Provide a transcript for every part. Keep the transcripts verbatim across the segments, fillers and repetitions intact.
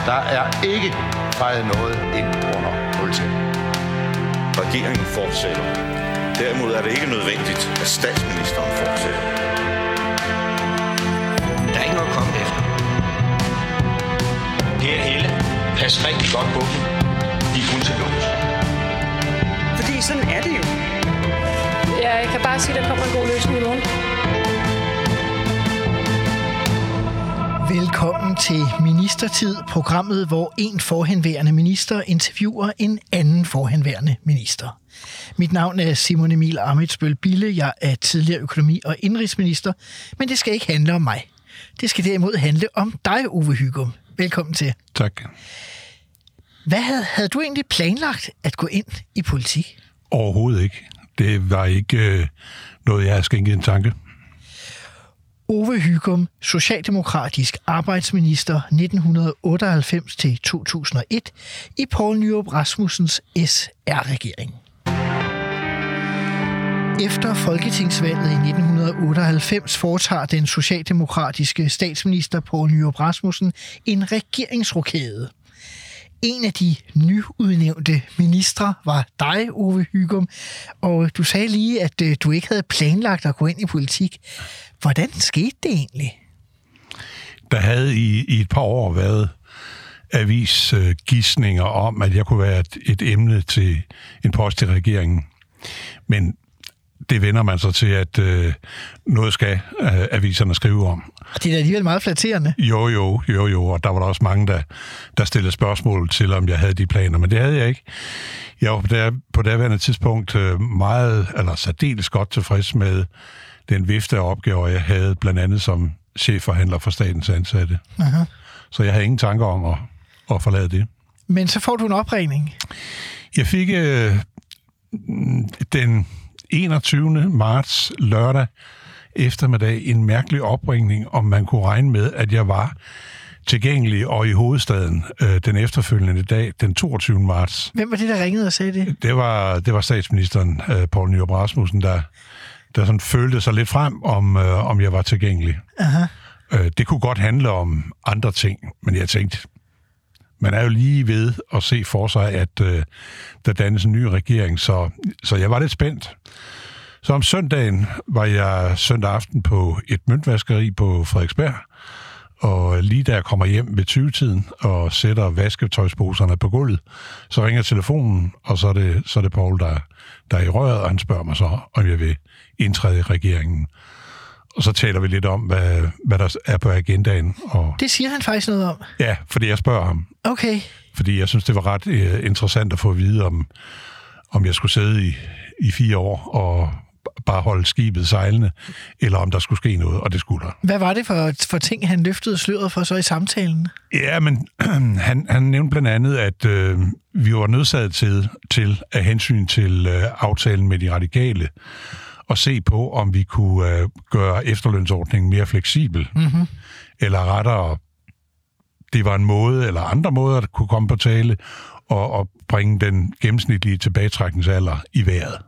Der er ikke fejret noget ind under politiet. Regeringen fortsætter. Derimod er det ikke nødvendigt, at statsministeren fortsætter. Der er ikke noget at komme efter. Per Helle, pas rigtig godt på dem. De er kun til lås. Fordi sådan er det jo. Ja, jeg kan bare sige, at der kommer en god løsning i morgen. Velkommen til Ministertid, programmet, hvor en forhenværende minister interviewer en anden forhenværende minister. Mit navn er Simon Emil Ammitzbøll Bille. Jeg er tidligere økonomi- og indenrigsminister, men det skal ikke handle om mig. Det skal derimod handle om dig, Ove Hygum. Velkommen til. Tak. Hvad havde, havde du egentlig planlagt at gå ind i politik? Overhovedet ikke. Det var ikke øh, noget, jeg havde skænket en tanke. Ove Hygum, socialdemokratisk arbejdsminister nitten otteoghalvfems til to tusind og et i Poul Nyrup Rasmussens S R-regering. Efter folketingsvalget i nitten otteoghalvfems foretager den socialdemokratiske statsminister Poul Nyrup Rasmussen en regeringsrokade. En af de nyudnævnte ministre var dig, Ove Hygum, og du sagde lige, at øh, du ikke havde planlagt at gå ind i politik. Hvordan skete det egentlig? Der havde i, i et par år været avisgidsninger om, at jeg kunne være et, et emne til en post i regeringen. Men det vender man sig til, at øh, noget skal øh, aviserne skrive om. Og det er da alligevel meget flatterende. Jo, jo, jo, jo, og der var der også mange, der, der stillede spørgsmål til, om jeg havde de planer, men det havde jeg ikke. Jeg var på, der, på daværende tidspunkt meget, eller særdeles godt tilfreds med den vifte af opgaver, jeg havde, blandt andet som chefforhandler for statens ansatte. Aha. Så jeg havde ingen tanker om at, at forlade det. Men så får du en opringning. Jeg fik øh, den enogtyvende marts lørdag eftermiddag en mærkelig opringning, om man kunne regne med, at jeg var tilgængelig og i hovedstaden øh, den efterfølgende dag, den toogtyvende marts. Hvem var det, der ringede og sagde det? Det var, det var statsministeren, øh, Poul Nyrup Rasmussen, der, der sådan følte sig lidt frem, om, øh, om jeg var tilgængelig. Aha. Øh, det kunne godt handle om andre ting, men jeg tænkte, man er jo lige ved at se for sig, at øh, der dannes en ny regering, så, så jeg var lidt spændt. Så om søndagen var jeg søndag aften på et møntvaskeri på Frederiksberg, og lige da jeg kommer hjem ved tyve-tiden og sætter vasketøjsposerne på gulvet, så ringer telefonen, og så er det, så er det Poul, der, der er i røret, og han spørger mig så, om jeg vil indtræde i regeringen. Og så taler vi lidt om, hvad, hvad der er på agendaen. Og det siger han faktisk noget om? Ja, fordi jeg spørger ham. Okay. Fordi jeg synes, det var ret uh, interessant at få at vide, om, om jeg skulle sidde i, i fire år og bare holde skibet sejlende, eller om der skulle ske noget, og det skulle der. Hvad var det for, for ting, han løftede sløret for så i samtalen? Ja, men han, han nævnte blandt andet, at øh, vi var nødsaget til, til af hensyn til øh, aftalen med de radikale, at se på, om vi kunne øh, gøre efterlønsordningen mere fleksibel. Mm-hmm. Eller rettere, det var en måde, eller andre måder, der kunne komme på tale, og, og bringe den gennemsnitlige tilbagetrækningsalder i vejret.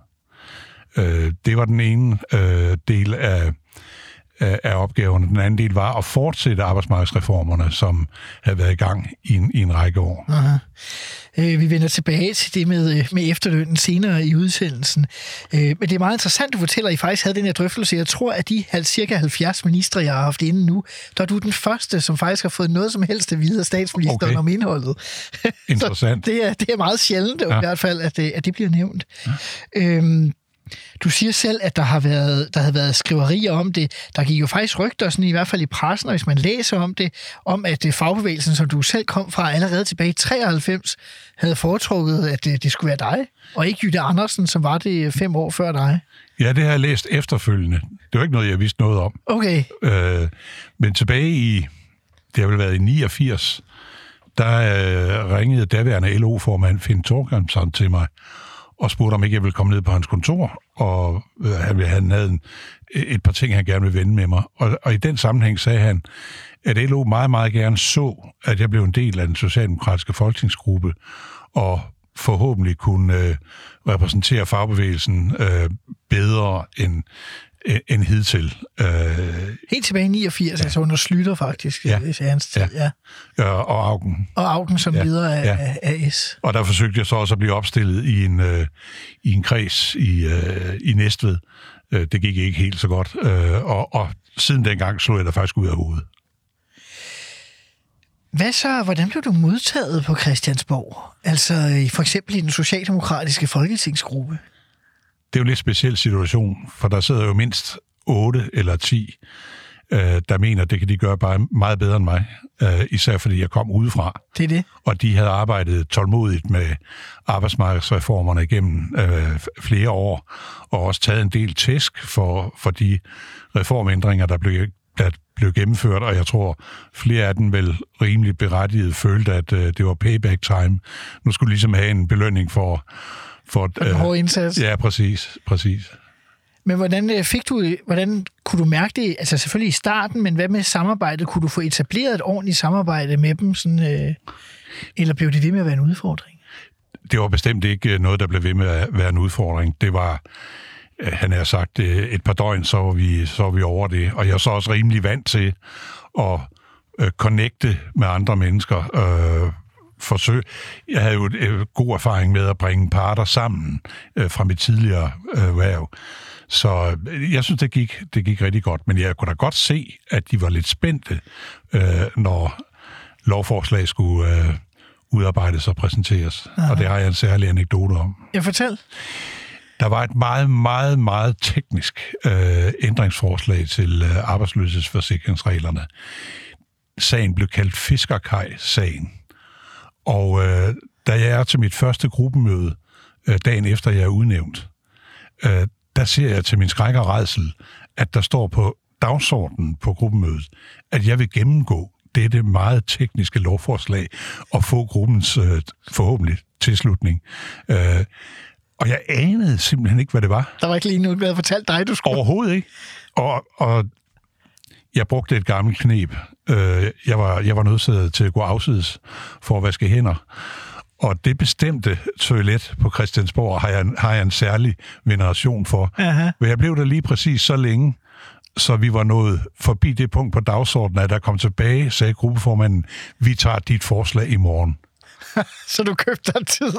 Øh, det var den ene øh, del af, af, af opgaverne. Den anden del var at fortsætte arbejdsmarkedsreformerne, som havde været i gang i en, i en række år. Aha. Øh, vi vender tilbage til det med, med efterlønnen senere i udsendelsen. Øh, men det er meget interessant, du fortæller, at I faktisk havde den her drøftelse. Jeg tror, at de cirka halvfjerds ministre, jeg har haft inde nu, der er du den første, som faktisk har fået noget som helst at vide af statsministeren okay. om indholdet. Interessant. det, er, det er meget sjældent ja. i hvert fald, at det, at det bliver nævnt. Ja. Øhm, Du siger selv, at der har været, der havde været skriverier om det. Der gik jo faktisk rygter, sådan i hvert fald i pressen, og hvis man læser om det, om at fagbevægelsen, som du selv kom fra allerede tilbage i treoghalvfems, havde foretrukket, at det, det skulle være dig, og ikke Jytte Andersen, som var det fem år før dig. Ja, det har jeg læst efterfølgende. Det var ikke noget, jeg vidste noget om. Okay. Øh, men tilbage i, det har vel været i niogfirs, der øh, ringede daværende L O-formand Finn Thorgrimsson til mig, og spurgte, om ikke jeg ville komme ned på hans kontor, og øh, han, han havde en, et par ting, han gerne ville vende med mig. Og, og i den sammenhæng sagde han, at L O meget, meget gerne så, at jeg blev en del af den socialdemokratiske folketingsgruppe, og forhåbentlig kunne øh, repræsentere fagbevægelsen øh, bedre, end, end hidtil. Øh, Helt tilbage i niogfirs, ja. Altså under Slytter faktisk, ja. I hans tid, ja. ja. Og Auken. Og Auken som ja. leder af, ja. af A S. Og der forsøgte jeg så også at blive opstillet i en, øh, i en kreds i, øh, i Næstved. Øh, det gik ikke helt så godt, øh, og, og siden dengang slog jeg der faktisk ud af hovedet. Hvad så? Hvordan blev du modtaget på Christiansborg? Altså for eksempel i den socialdemokratiske folketingsgruppe? Det er jo en lidt speciel situation, for der sidder jo mindst otte eller ti, øh, der mener, at det kan de gøre bare meget bedre end mig. Øh, især fordi jeg kom udefra. Det er det. Og de havde arbejdet tålmodigt med arbejdsmarkedsreformerne igennem øh, flere år, og også taget en del tæsk for, for de reformændringer, der blev der blev gennemført, og jeg tror, flere af dem vel rimelig berettiget følte, at øh, det var payback time. Nu skulle de ligesom have en belønning for... For en øh, hård indsats. Ja, præcis, præcis. Men hvordan fik du, hvordan kunne du mærke det, altså selvfølgelig i starten, men hvad med samarbejdet? Kunne du få etableret et ordentligt samarbejde med dem, sådan, øh, eller blev det ved med at være en udfordring? Det var bestemt ikke noget, der blev ved med at være en udfordring. Det var, han har sagt, et par døgn, så var vi, så var vi over det. Og jeg er så også rimelig vant til at øh, connecte med andre mennesker. Øh, forsøg. Jeg havde jo et, et god erfaring med at bringe parter sammen øh, fra mit tidligere øh, værv. Så jeg synes, det gik, det gik rigtig godt. Men jeg kunne da godt se, at de var lidt spændte, øh, når lovforslag skulle øh, udarbejdes og præsenteres. Aha. Og det har jeg en særlig anekdote om. Jeg fortæl. Der var et meget, meget, meget teknisk øh, ændringsforslag til øh, arbejdsløshedsforsikringsreglerne. Sagen blev kaldt Fiskerkaj-sagen. Og øh, da jeg er til mit første gruppemøde, øh, dagen efter jeg er udnævnt, øh, der ser jeg til min skræk og rædsel, at der står på dagsordenen på gruppemødet, at jeg vil gennemgå dette meget tekniske lovforslag og få gruppens øh, forhåbentlig tilslutning. Øh, og jeg anede simpelthen ikke, hvad det var. Der var ikke lige noget, jeg havde fortalt dig, du skulle. Overhovedet ikke. Og, og jeg brugte et gammelt kneb. Jeg var, jeg var nødsaget til at gå afsides for at vaske hænder. Og det bestemte toilet på Christiansborg har jeg, har jeg en særlig veneration for. Aha. Men jeg blev der lige præcis så længe, så vi var nået forbi det punkt på dagsordenen, at der kom tilbage, sagde gruppeformanden, vi tager dit forslag i morgen. Så du købte dig tid.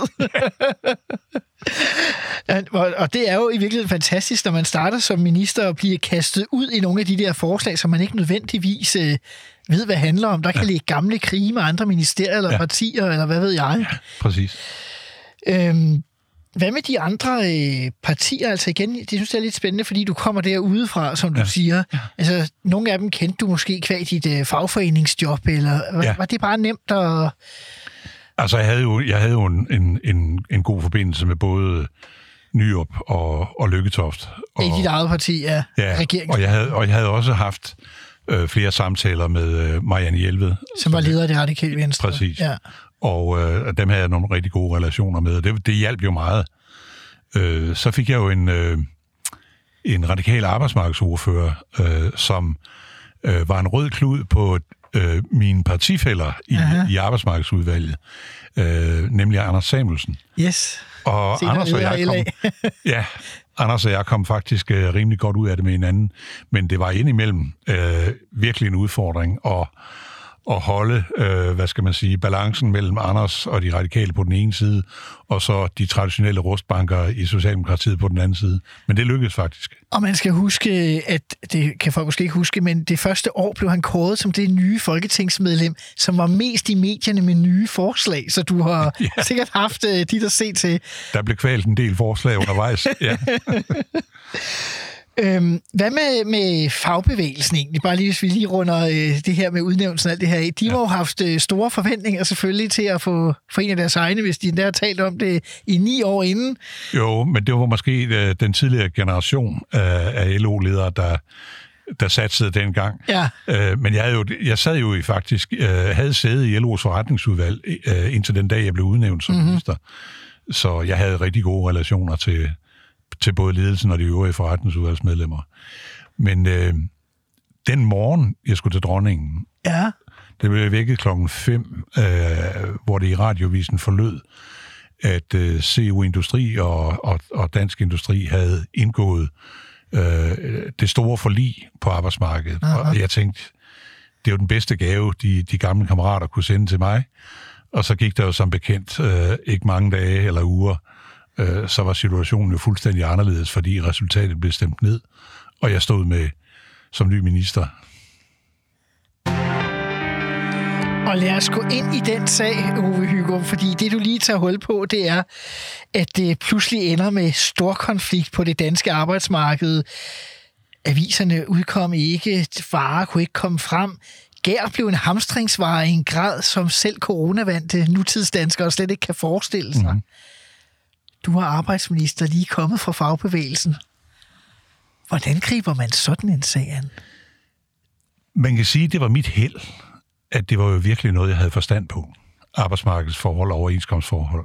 Og det er jo i virkeligheden fantastisk, når man starter som minister og bliver kastet ud i nogle af de der forslag, som man ikke nødvendigvis øh, ved, hvad det handler om. Der kan ja. ligge gamle krige med andre ministerier eller ja. partier, eller hvad ved jeg. Ja, præcis. Øhm, hvad med de andre øh, partier? Altså igen, det synes jeg er lidt spændende, fordi du kommer derudefra, som du ja. siger. Ja. Altså, nogle af dem kendte du måske kvad dit øh, fagforeningsjob, eller ja. var det bare nemt at... Altså, jeg havde jo, jeg havde jo en, en, en, en god forbindelse med både Nyrup og, og Lykketoft. Og, I dit eget parti, ja. Ja, og jeg, havde, og jeg havde også haft øh, flere samtaler med øh, Marianne Jelved. Som var leder af Det Radikale Venstre. Præcis. Ja. Og øh, dem havde jeg nogle rigtig gode relationer med. Det, det hjalp jo meget. Øh, så fik jeg jo en, øh, en radikal arbejdsmarkedsordfører, øh, som øh, var en rød klud på øh, mine partifæller i, i arbejdsmarkedsudvalget, øh, nemlig Anders Samuelsen. Yes. Og Anders og, jeg kom, ja, Anders og jeg kom faktisk øh, rimelig godt ud af det med hinanden, men det var indimellem øh, virkelig en udfordring at, at holde, øh, hvad skal man sige, balancen mellem Anders og de radikale på den ene side, og så de traditionelle rustbanker i Socialdemokratiet på den anden side. Men det lykkedes faktisk. Og man skal huske, at det kan folk måske ikke huske, men det første år blev han kåret som det nye folketingsmedlem, som var mest i medierne med nye forslag, så du har ja. sikkert haft dit at se til. Der blev kvalt en del forslag undervejs, ja. Øhm, hvad med, med fagbevægelsen egentlig? Bare lige, hvis vi lige runder øh, det her med udnævnelsen og alt det her af. De ja. har jo haft øh, store forventninger selvfølgelig til at få, få en af deres egne, hvis de endda har talt om det i ni år inden. Jo, men det var måske øh, den tidligere generation øh, af L O-ledere, der, der satsede dengang. Ja. Øh, men jeg, havde jo, jeg sad jo i faktisk, øh, havde sædet i L O's forretningsudvalg øh, indtil den dag, jeg blev udnævnt som mm-hmm. minister. Så jeg havde rigtig gode relationer til til både ledelsen og de øvrige forretningsudvalgsmedlemmer. Men øh, den morgen, jeg skulle til dronningen, ja. det blev vækket klokken fem, øh, hvor det i radiovisen forlød, at øh, C U Industri og, og, og Dansk Industri havde indgået øh, det store forlig på arbejdsmarkedet. Aha. Og jeg tænkte, det er jo den bedste gave, de, de gamle kammerater kunne sende til mig. Og så gik der jo som bekendt øh, ikke mange dage eller uger, øh, så var situationen jo fuldstændig anderledes, fordi resultatet blev stemt ned, og jeg stod med som ny minister. Og lad os gå ind i den sag, Ove Hygum, fordi det, du lige tager hul på, det er, at det pludselig ender med stor konflikt på det danske arbejdsmarked. Aviserne udkom ikke, varer kunne ikke komme frem. Gær blev en hamstringsvare i en grad, som selv coronavante nutidsdanskere slet ikke kan forestille sig. Mm. Du er arbejdsminister, lige kommet fra fagbevægelsen. Hvordan griber man sådan en sag an? Man kan sige, at det var mit held, at det var jo virkelig noget, jeg havde forstand på. Arbejdsmarkedsforhold og overenskomstforhold.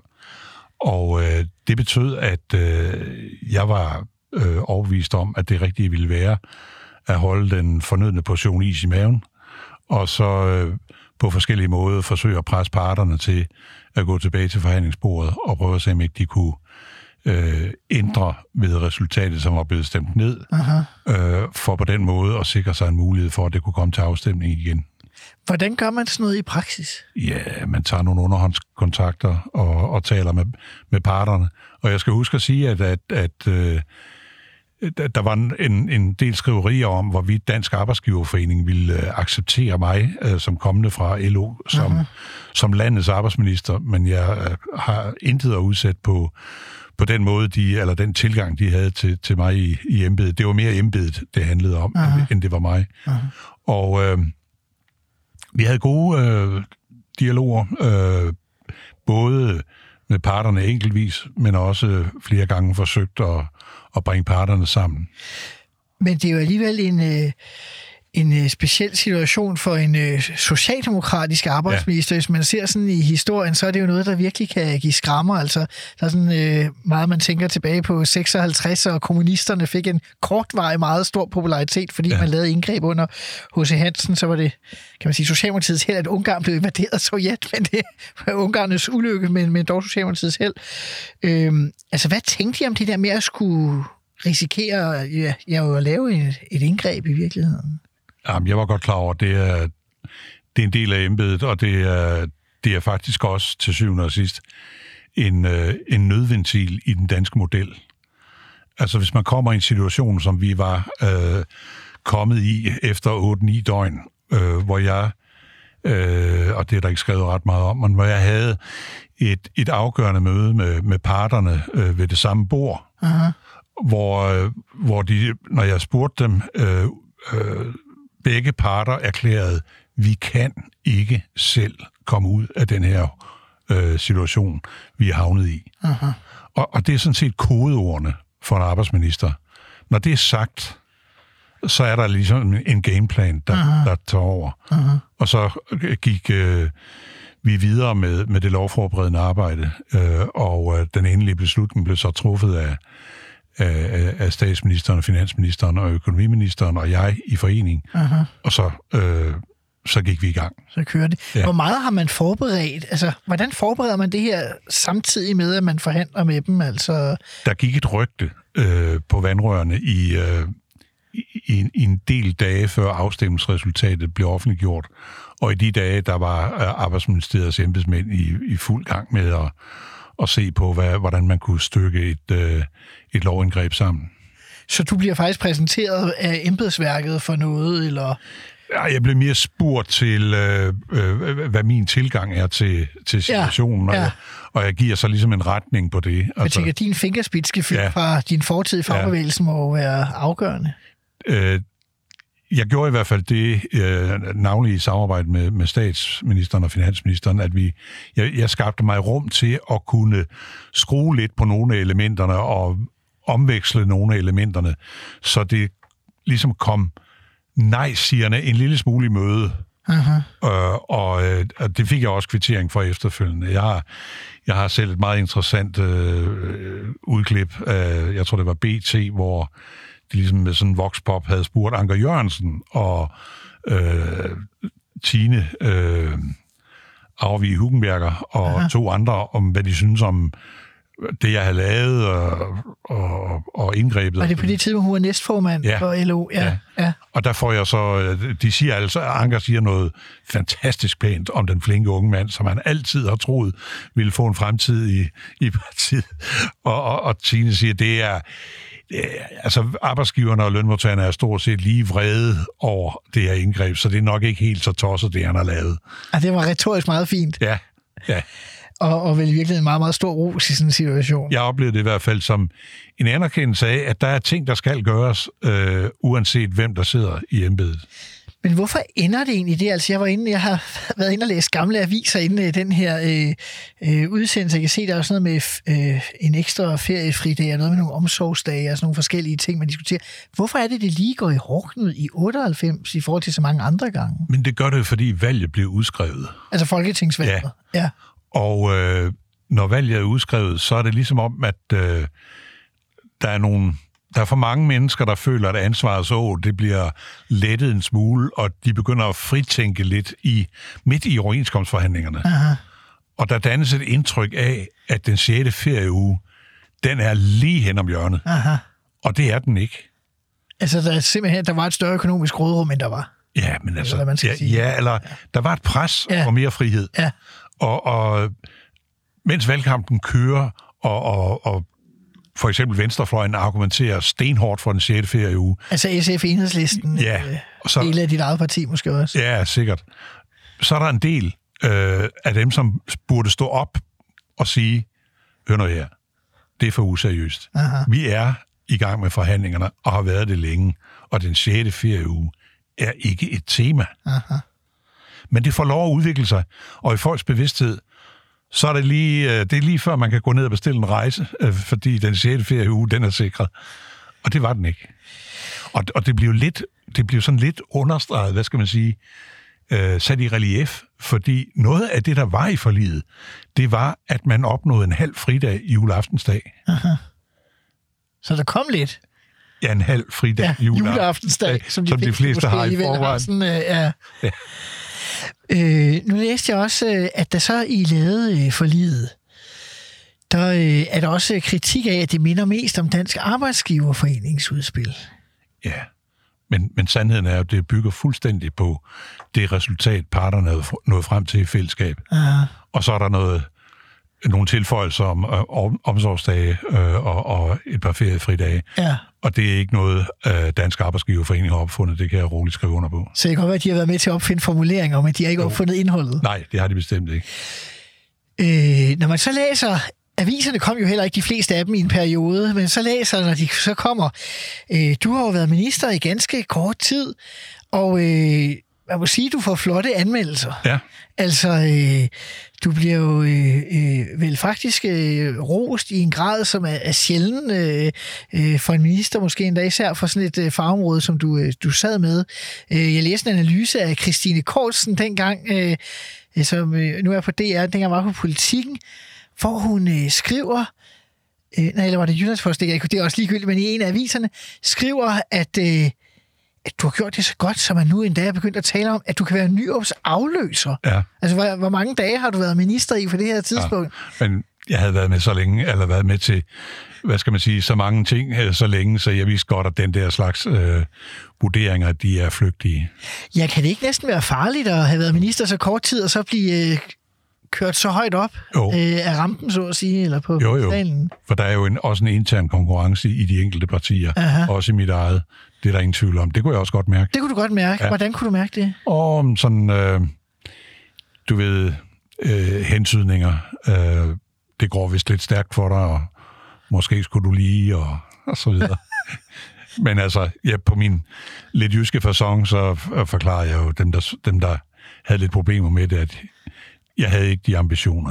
Og øh, det betød, at øh, jeg var øh, overbevist om, at det rigtige ville være at holde den fornødne portion is i maven, og så øh, på forskellige måder forsøge at presse parterne til at gå tilbage til forhandlingsbordet og prøve at se, om ikke de kunne øh, ændre ved resultatet, som var blevet stemt ned, øh, for på den måde at sikre sig en mulighed for, at det kunne komme til afstemning igen. Hvordan gør man sådan noget i praksis? Ja, man tager nogle underhåndskontakter og, og taler med, med parterne. Og jeg skal huske at sige, at, at, at øh, der var en, en del skriverier om, hvorvidt Dansk Arbejdsgiverforening ville acceptere mig øh, som kommende fra L O som, uh-huh. som landets arbejdsminister, men jeg øh, har intet at udsætte på, på den måde, de, eller den tilgang, de havde til, til mig i, i embedet. Det var mere embedet, det handlede om, uh-huh. end, end det var mig. Uh-huh. Og øh, vi havde gode øh, dialoger, øh, både med parterne enkeltvis, men også flere gange forsøgt at, at bringe parterne sammen. Men det er jo alligevel en, øh, en speciel situation for en øh, socialdemokratisk arbejdsminister. Ja. Hvis man ser sådan i historien, så er det jo noget, der virkelig kan give skrammer. Altså, der er sådan øh, meget, man tænker tilbage på seksoghalvtreds, og kommunisterne fik en kortvarig meget stor popularitet, fordi ja. man lavede indgreb under H C Hansen. Så var det, kan man sige, Socialdemokratiets held, at Ungarn blev invaderet af Sovjet, men det var Ungarnes ulykke, men, men dog Socialdemokratiets held. Øhm, altså, hvad tænkte I om det der med at skulle risikere ja, ja, at lave et, et indgreb i virkeligheden? Jamen, jeg var godt klar over, at det er, det er en del af embedet, og det er, det er faktisk også til syvende og sidst en, en nødventil i den danske model. Altså, hvis man kommer i en situation, som vi var øh, kommet i efter otte ni døgn, øh, hvor jeg, øh, og det er der ikke skrevet ret meget om, men hvor jeg havde et, et afgørende møde med, med parterne øh, ved det samme bord, uh-huh. hvor, øh, hvor de, når jeg spurgte dem, øh, øh, begge parter erklærede, vi kan ikke selv komme ud af den her øh, situation, vi er havnet i. Uh-huh. Og, og det er sådan set kodeordene for en arbejdsminister. Når det er sagt, så er der ligesom en gameplan, der, uh-huh. der tager over. Uh-huh. Og så gik øh, vi videre med, med det lovforberedende arbejde, øh, og øh, den endelige beslutning blev så truffet af af, af statsministeren, finansministeren og økonomiministeren og jeg i forening. Aha. Og så, øh, så gik vi i gang. Så kører det. Ja. Hvor meget har man forberedt? Altså, hvordan forbereder man det her samtidig med, at man forhandler med dem? Altså... Der gik et rygte øh, på vandrørene i, øh, i, i en del dage, før afstemningsresultatet blev offentliggjort. Og i de dage, der var Arbejdsministeriets embedsmænd i, i fuld gang med at og se på, hvad, hvordan man kunne stykke et, øh, et lovindgreb sammen. Så du bliver faktisk præsenteret af embedsværket for noget, eller? Ja, jeg blev mere spurgt til, øh, øh, hvad min tilgang er til, til situationen, ja, ja. Og, jeg, og jeg giver så ligesom en retning på det. Jeg altså, tænker, din fingerspidsgefühl ja. fra din fortid i fagbevægelsen ja. må være afgørende. Øh, Jeg gjorde i hvert fald det, øh, navnlig i samarbejde med, med statsministeren og finansministeren, at vi, jeg, jeg skabte mig rum til at kunne skrue lidt på nogle af elementerne og omveksle nogle af elementerne, så det ligesom kom nej-sigerne en lille smule i møde. Uh-huh. Øh, og, øh, og det fik jeg også kvittering for efterfølgende. Jeg har, jeg har selv et meget interessant øh, udklip af, jeg tror det var B T, hvor de ligesom med sådan en voxpop havde spurgt Anker Jørgensen og øh, Tine øh, Arvig Hugenberger og Aha. to andre om, hvad de synes om, det, jeg havde lavet og, og, og indgrebet. Var det på det tidspunkt, hun var næstformand ja. for L O? Ja. Ja. ja. Og der får jeg så, de siger altså, Anker siger noget fantastisk pænt om den flinke unge mand, som han altid har troet ville få en fremtid i, i partiet. Og, og, og Tine siger, det er, altså arbejdsgiverne og lønmodtagerne er stort set lige vrede over det her indgreb, så det er nok ikke helt så tosset, det han har lavet. Og det var retorisk meget fint. Ja, ja. Og, og vel virkelig en meget, meget stor ros i sådan en situation. Jeg oplevede det i hvert fald som en anerkendelse af, at der er ting, der skal gøres, øh, uanset hvem der sidder i embedet. Men hvorfor ender det egentlig det? Altså, jeg var inde, jeg har været inde og læst gamle aviser inden i den her øh, øh, udsendelse. Jeg kan se, der er sådan noget med øh, en ekstra feriefridag og noget med nogle omsorgsdage og sådan nogle forskellige ting, man diskuterer. Hvorfor er det, det lige går i hårdknud i otteoghalvfems i forhold til så mange andre gange? Men det gør det, fordi valget blev udskrevet. Altså folketingsvalget? Ja. ja. Og øh, når valget er udskrevet, så er det ligesom om, at øh, der er nogle... Der er for mange mennesker, der føler, at ansvaret så, det bliver lettet en smule, og de begynder at fritænke lidt i midt i overenskomstforhandlingerne. Aha. Og der dannes et indtryk af, at den sjette ferieuge, den er lige hen om hjørnet. Aha. Og det er den ikke. Altså, der er simpelthen, der var et større økonomisk rådrum, end der var. Ja, men altså... Eller, man skal ja, sige. ja, eller ja. Der var et pres ja. for mere frihed. Ja. Og, og mens valgkampen kører, og, og, og for eksempel venstrefløjen argumenterer stenhårdt for den sjette ferieuge. Altså S F Enhedslisten, ja, og så, del af dit eget parti måske også. Ja, sikkert. Så er der en del øh, af dem, som burde stå op og sige, hør nu her, det er for useriøst. Aha. Vi er i gang med forhandlingerne, og har været det længe, og den sjette ferieuge er ikke et tema. Aha. Men det får lov at udvikle sig, og i folks bevidsthed, så er det lige, det er lige før, man kan gå ned og bestille en rejse, fordi den sjette ferieuge, den er sikret. Og det var den ikke. Og, og det blev lidt, det blev sådan lidt understreget, hvad skal man sige, øh, sat i relief, fordi noget af det, der var i forliget, det var, at man opnåede en halv fridag juleaftensdag. Aha. Så der kom lidt. Ja, en halv fridag ja, juleaftensdag, juleaftensdag, som de, som de fleste har i forvejen. Sådan, øh, ja. Ja. Øh, nu læste jeg også, at der så i lavede forliget, der øh, er der også kritik af, at det minder mest om Dansk Arbejdsgiverforeningsudspil. Ja, men, men sandheden er, at det bygger fuldstændig på det resultat, parterne er nået frem til i fællesskab. Aha. Og så er der noget, nogle tilføjelser om, om omsorgsdage øh, og, og et par feriefridage. Ja. Og det er ikke noget, øh, Dansk Arbejdsgiverforening har opfundet. Det kan jeg roligt skrive under på. Så det kan godt være, at de har været med til at opfinde formuleringer, men de har ikke jo. opfundet indholdet? Nej, det har de bestemt ikke. Øh, når man så læser... Aviserne kom jo heller ikke de fleste af dem i en periode, men så læser, når de så kommer. Øh, du har jo været minister i ganske kort tid, og øh, jeg må sige, at du får flotte anmeldelser. Ja. Altså, øh, du bliver jo øh, øh, vel faktisk øh, rost i en grad, som er, er sjælden øh, øh, for en minister, måske endda især for sådan et øh, fagområde, som du, øh, du sad med. Øh, jeg læste en analyse af Christine Kortsen dengang, øh, som øh, nu er på D R, dengang var på Politikken, hvor hun øh, skriver, øh, nej, eller var det Jyllandsposten, det er også ligegyldigt, men i en af aviserne, skriver, at, øh, at du har gjort det så godt, som man nu endda er begyndt at tale om, at du kan være Nyrups afløser. Ja. Altså, hvor, hvor mange dage har du været minister i for det her tidspunkt? Ja, men jeg havde været med så længe, eller været med til, hvad skal man sige, så mange ting så længe, så jeg vidste godt, at den der slags øh, vurderinger, de er flygtige. Ja, kan det ikke næsten være farligt at have været minister så kort tid, og så blive... Øh, kørt så højt op øh, af rampen, så at sige, eller på jo, jo. Stalen. For der er jo en, også en intern konkurrence i de enkelte partier, Aha. også i mit eget. Det er der ingen tvivl om. Det kunne jeg også godt mærke. Det kunne du godt mærke. Ja. Hvordan kunne du mærke det? Og sådan, øh, du ved, øh, hensydninger. Øh, det går vist lidt stærkt for dig, og måske skulle du lige, og, og så videre. Men altså, ja, på min lidt jyske facon, så forklarer jeg jo dem, der, dem, der havde lidt problemer med det, at jeg havde ikke de ambitioner.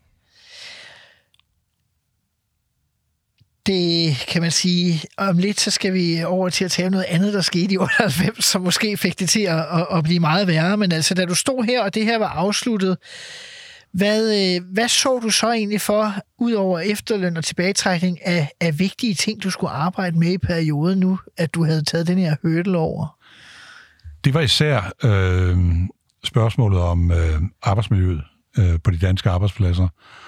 Det kan man sige. Om lidt, så skal vi over til at tale noget andet, der skete i otteoghalvfems, som måske fik det til at, at, at blive meget værre. Men altså, da du stod her, og det her var afsluttet, hvad, hvad så du så egentlig for, ud over efterløn og tilbagetrækning, af, af vigtige ting, du skulle arbejde med i perioden nu, at du havde taget den her hurdle over? Det var især øh, spørgsmålet om øh, arbejdsmiljøet øh, på de danske arbejdspladser.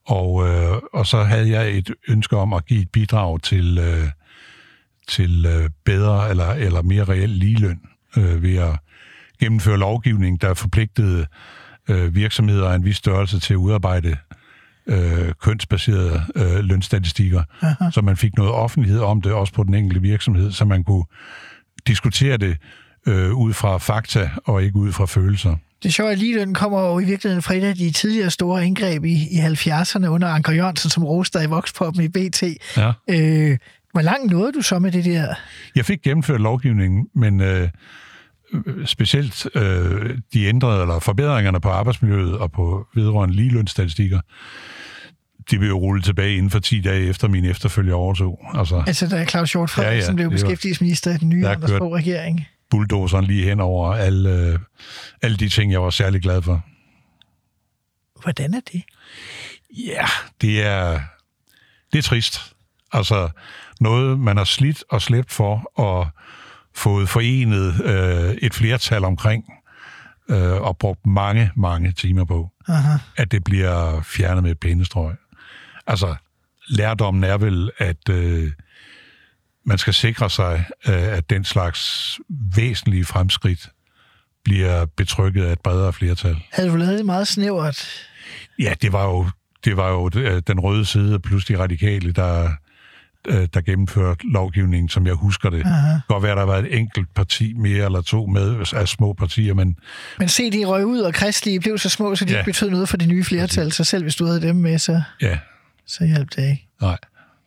Og, øh, og så havde jeg et ønske om at give et bidrag til, øh, til øh, bedre eller, eller mere reel ligeløn øh, ved at gennemføre lovgivning, der forpligtede øh, virksomheder af en vis størrelse til at udarbejde øh, kønsbaserede øh, lønstatistikker, aha, så man fik noget offentlighed om det, også på den enkelte virksomhed, så man kunne diskutere det øh, ud fra fakta og ikke ud fra følelser. Det sjove, at ligeløn kommer jo i virkeligheden fra et af de tidligere store indgreb i, i halvfjerdserne under Anker Jørgensen, som roste i Voxpoppen i B T. Ja. Øh, hvor langt nåede du så med det der? Jeg fik gennemført lovgivningen, men øh, specielt øh, de ændrede eller forbedringerne på arbejdsmiljøet og på vedrørende ligelønsstatistikker, de blev jo rullet tilbage inden for ti dage efter min efterfølger overtog. Altså, altså da Claus Hjort Frederiksen ja, ja, blev beskæftigelsesminister i den nye Anders Fogh-regering. Bulldozeren lige hen over alle, alle de ting, jeg var særlig glad for. Hvordan er det? Ja, det er, det er trist. Altså noget, man har slidt og slæbt for og fået forenet øh, et flertal omkring øh, og brugt mange, mange timer på, aha, at det bliver fjernet med et pænestrøg. Altså, lærdommen er vel, at øh, man skal sikre sig, øh, at den slags væsentlige fremskridt bliver betrykket af et bredere flertal. Havde du lavet det meget snævert? Ja, det var jo, det var jo den røde side, plus de radikale, der, der gennemførte lovgivningen, som jeg husker det. Aha. Godt være, der var et enkelt parti mere eller to med af små partier, men... Men se, de røg ud, og kristelige blev så små, så de ja, ikke betød noget for det nye flertal, så selv hvis du havde dem med, så, ja, så hjalp det ikke. Nej.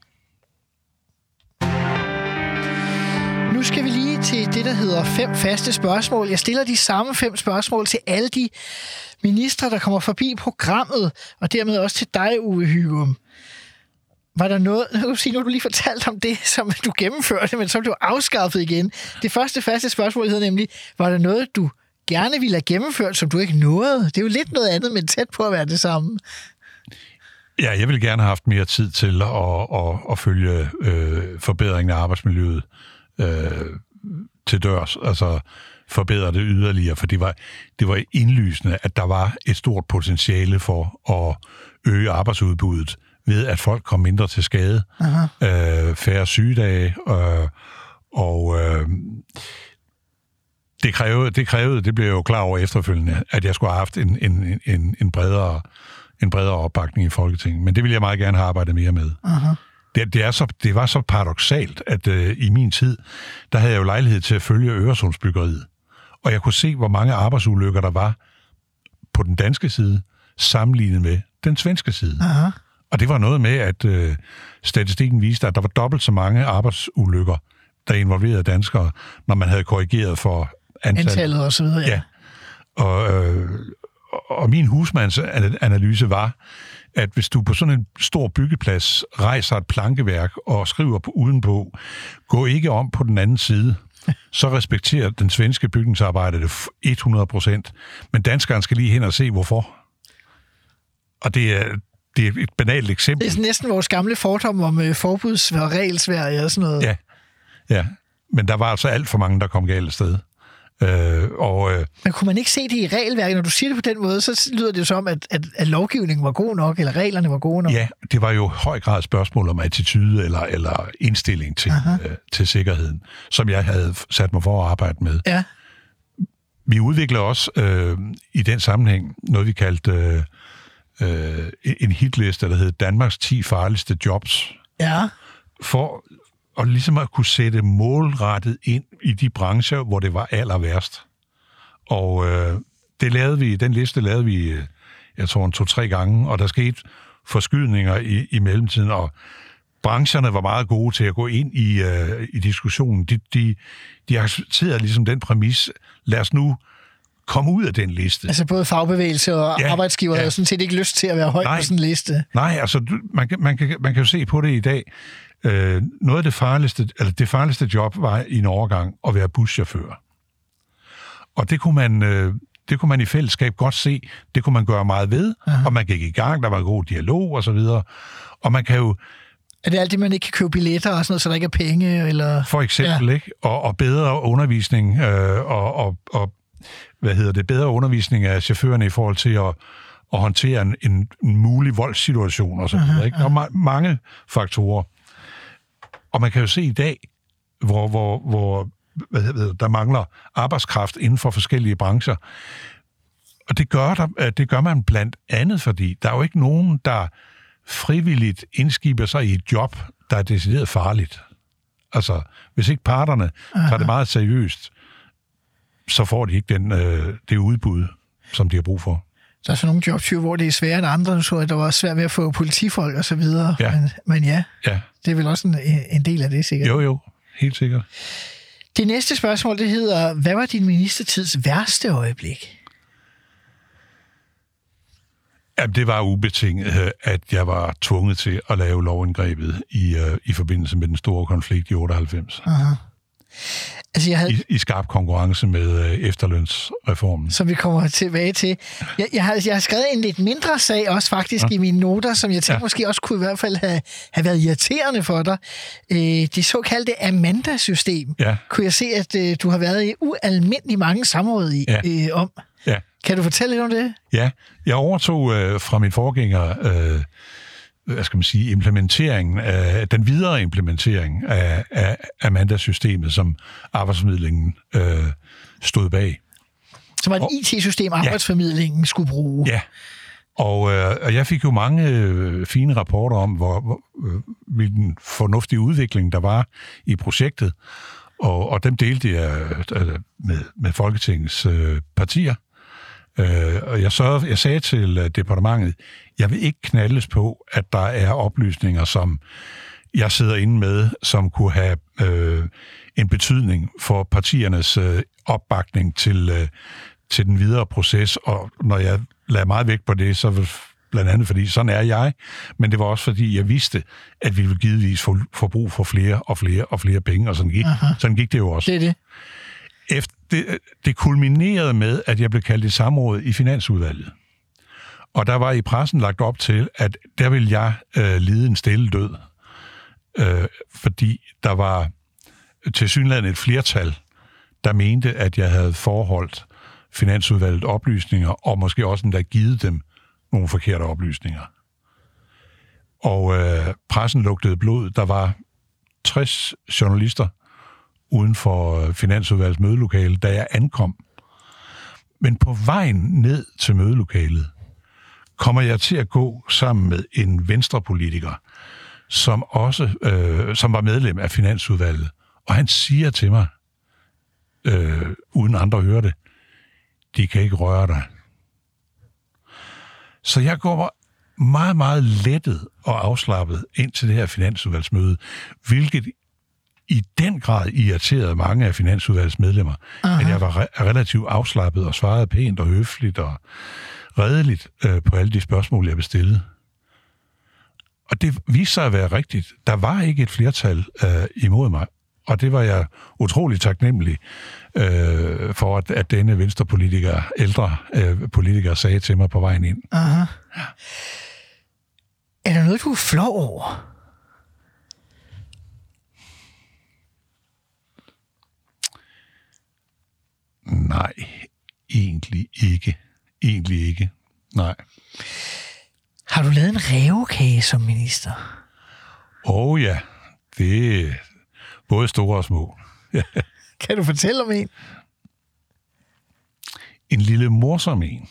Nu skal vi lige til det, der hedder fem faste spørgsmål. Jeg stiller de samme fem spørgsmål til alle de ministre, der kommer forbi programmet, og dermed også til dig, Uffe Hygum. Var der noget, nu kan du sige, nu har du lige fortalt om det, som du gennemførte, men som blev afskaffet igen. Det første faste spørgsmål hedder nemlig, var der noget, du gerne ville have gennemført, som du ikke nåede? Det er jo lidt noget andet, men tæt på at være det samme. Ja, jeg ville gerne have haft mere tid til at, at, at følge øh, forbedringen af arbejdsmiljøet øh, til dørs, altså forbedre det yderligere, for det var, det var indlysende, at der var et stort potentiale for at øge arbejdsudbuddet, ved at folk kom mindre til skade, øh, færre sygedage, øh, og øh, det krævede, det krævede, det blev jeg jo klar over efterfølgende, at jeg skulle have haft en, en, en, en, bredere, en bredere opbakning i Folketinget, men det ville jeg meget gerne have arbejdet mere med. Det, det, er så, det var så paradoksalt, at øh, i min tid, der havde jeg jo lejlighed til at følge Øresundsbyggeriet, og jeg kunne se, hvor mange arbejdsulykker der var på den danske side, sammenlignet med den svenske side. Aha. Og det var noget med, at øh, statistikken viste, at der var dobbelt så mange arbejdsulykker, der involverede danskere, når man havde korrigeret for antallet. Antallet og så videre, ja. ja. Og, øh, og min husmandsanalyse var, at hvis du på sådan en stor byggeplads rejser et plankeværk og skriver på udenpå, gå ikke om på den anden side, så respekterer den svenske bygningsarbejder det hundrede procent. Men danskeren skal lige hen og se, hvorfor. Og det er... Det er et banalt eksempel. Det er næsten vores gamle fordom om uh, forbuds- og regelsværge og sådan noget. Ja, ja. Men der var altså alt for mange, der kom galt af sted. Øh, og, øh, Men kunne man ikke se det i regelværket? Når du siger det på den måde, så lyder det jo som, at, at, at lovgivningen var god nok, eller reglerne var gode nok. Ja, det var jo i høj grad et spørgsmål om attitude eller, eller indstilling til, øh, til sikkerheden, som jeg havde sat mig for at arbejde med. Ja. Vi udvikler også øh, i den sammenhæng noget, vi kaldte... Øh, Uh, en hitliste, der hed Danmarks ti farligste jobs. Ja. For at ligesom at kunne sætte målrettet ind i de brancher, hvor det var aller værst. Og uh, det lavede vi, den liste lavede vi, jeg tror, en to-tre gange, og der skete forskydninger i, i mellemtiden, og brancherne var meget gode til at gå ind i, uh, i diskussionen. De, de, de accepterede ligesom den præmis, lad os nu komme ud af den liste. Altså både fagbevægelse og ja, arbejdsgiver ja. Havde sådan set ikke lyst til at være højt på sådan en liste. Nej, altså du, man, kan, man, kan, man kan jo se på det i dag. Øh, noget af det farligste, eller det farligste job var i en overgang at være buschauffør. Og det kunne man, øh, det kunne man i fællesskab godt se. Det kunne man gøre meget ved, aha, og man gik i gang. Der var en god dialog og så videre. Og man kan jo... Er det alt det, man ikke kan købe billetter og sådan noget, så der ikke er penge? Eller... For eksempel, ja. Ikke? Og, og bedre undervisning øh, og, og, og hvad hedder det, bedre undervisning af chaufførerne i forhold til at, at håndtere en, en, en mulig voldssituation og så videre. Ikke? Der er ma- mange faktorer. Og man kan jo se i dag, hvor, hvor, hvor hvad hedder, der mangler arbejdskraft inden for forskellige brancher. Og det gør, der, det gør man blandt andet, fordi der er jo ikke nogen, der frivilligt indskiber sig i et job, der er decideret farligt. Altså, hvis ikke parterne tager det meget seriøst, så får de ikke den, øh, det udbud, som de har brug for. Der er så nogle jobs, hvor det er sværere end andre. Nu så jeg, der var svært ved at få politifolk og så videre. Ja. Men, men ja, ja, det er vel også en, en del af det, sikkert. Jo, jo. Helt sikkert. Det næste spørgsmål, det hedder, hvad var din ministertids værste øjeblik? Jamen, det var ubetinget, at jeg var tvunget til at lave lovindgrebet i, uh, i forbindelse med den store konflikt i otteoghalvfems. Aha. Altså, jeg havde... I, I skarp konkurrence med uh, efterlønsreformen. Som vi kommer tilbage til. Jeg, jeg, har, jeg har skrevet en lidt mindre sag også faktisk ja. i mine noter, som jeg tænkte ja. måske også kunne i hvert fald have, have været irriterende for dig. Øh, det såkaldte Amanda-system ja. kunne jeg se, at øh, du har været i ualmindelig mange samråd i, ja. øh, om. Ja. Kan du fortælle lidt om det? Ja, jeg overtog øh, fra min forgænger, øh, hvad skal man sige, implementeringen af, den videre implementering af, af Amanda-systemet, som arbejdsformidlingen øh, stod bag. Som var et og, I T-system, arbejdsformidlingen ja. skulle bruge. Ja, og, øh, og jeg fik jo mange øh, fine rapporter om, hvor, hvor, øh, hvilken fornuftig udvikling der var i projektet, og, og dem delte jeg øh, med, med Folketingets øh, partier. Øh, og jeg, sørgede, jeg sagde til uh, departementet, jeg vil ikke knaldes på, at der er oplysninger, som jeg sidder inde med, som kunne have øh, en betydning for partiernes øh, opbakning til, øh, til den videre proces. Og når jeg lagde meget vægt på det, så blandt andet fordi, sådan er jeg, men det var også fordi, jeg vidste, at vi ville givetvis få, få brug for flere og flere og flere penge, og sådan gik, sådan gik det jo også. Det er det. Efter, det, det kulminerede med, at jeg blev kaldt i samråd i Finansudvalget. Og der var i pressen lagt op til, at der ville jeg øh, lide en stille død. Øh, fordi der var tilsyneladende et flertal, der mente, at jeg havde forholdt Finansudvalget oplysninger, og måske også endda givet dem nogle forkerte oplysninger. Og øh, pressen lugtede blod. Der var tres journalister uden for Finansudvalgets mødelokale, da jeg ankom. Men på vejen ned til mødelokalet kommer jeg til at gå sammen med en venstrepolitiker, som også øh, som var medlem af Finansudvalget. Og han siger til mig, øh, uden andre hører det, de kan ikke røre dig. Så jeg går meget, meget lettet og afslappet ind til det her Finansudvalgsmøde, hvilket i den grad irriterede mange af Finansudvalgets medlemmer. Aha. Men jeg var re- relativt afslappet og svarede pænt og høfligt og redeligt øh, på alle de spørgsmål, jeg bestillede. Og det viste sig at være rigtigt. Der var ikke et flertal øh, imod mig, og det var jeg utrolig taknemmelig øh, for, at, at denne venstrepolitiker, ældre øh, politiker, sagde til mig på vejen ind. Aha. Ja. Er der noget, du er flov over? Nej, egentlig ikke. Egentlig ikke. Nej. Har du lavet en rævekage som minister? Åh oh, ja, det er både store og små. Kan du fortælle om en? En lille morsom en.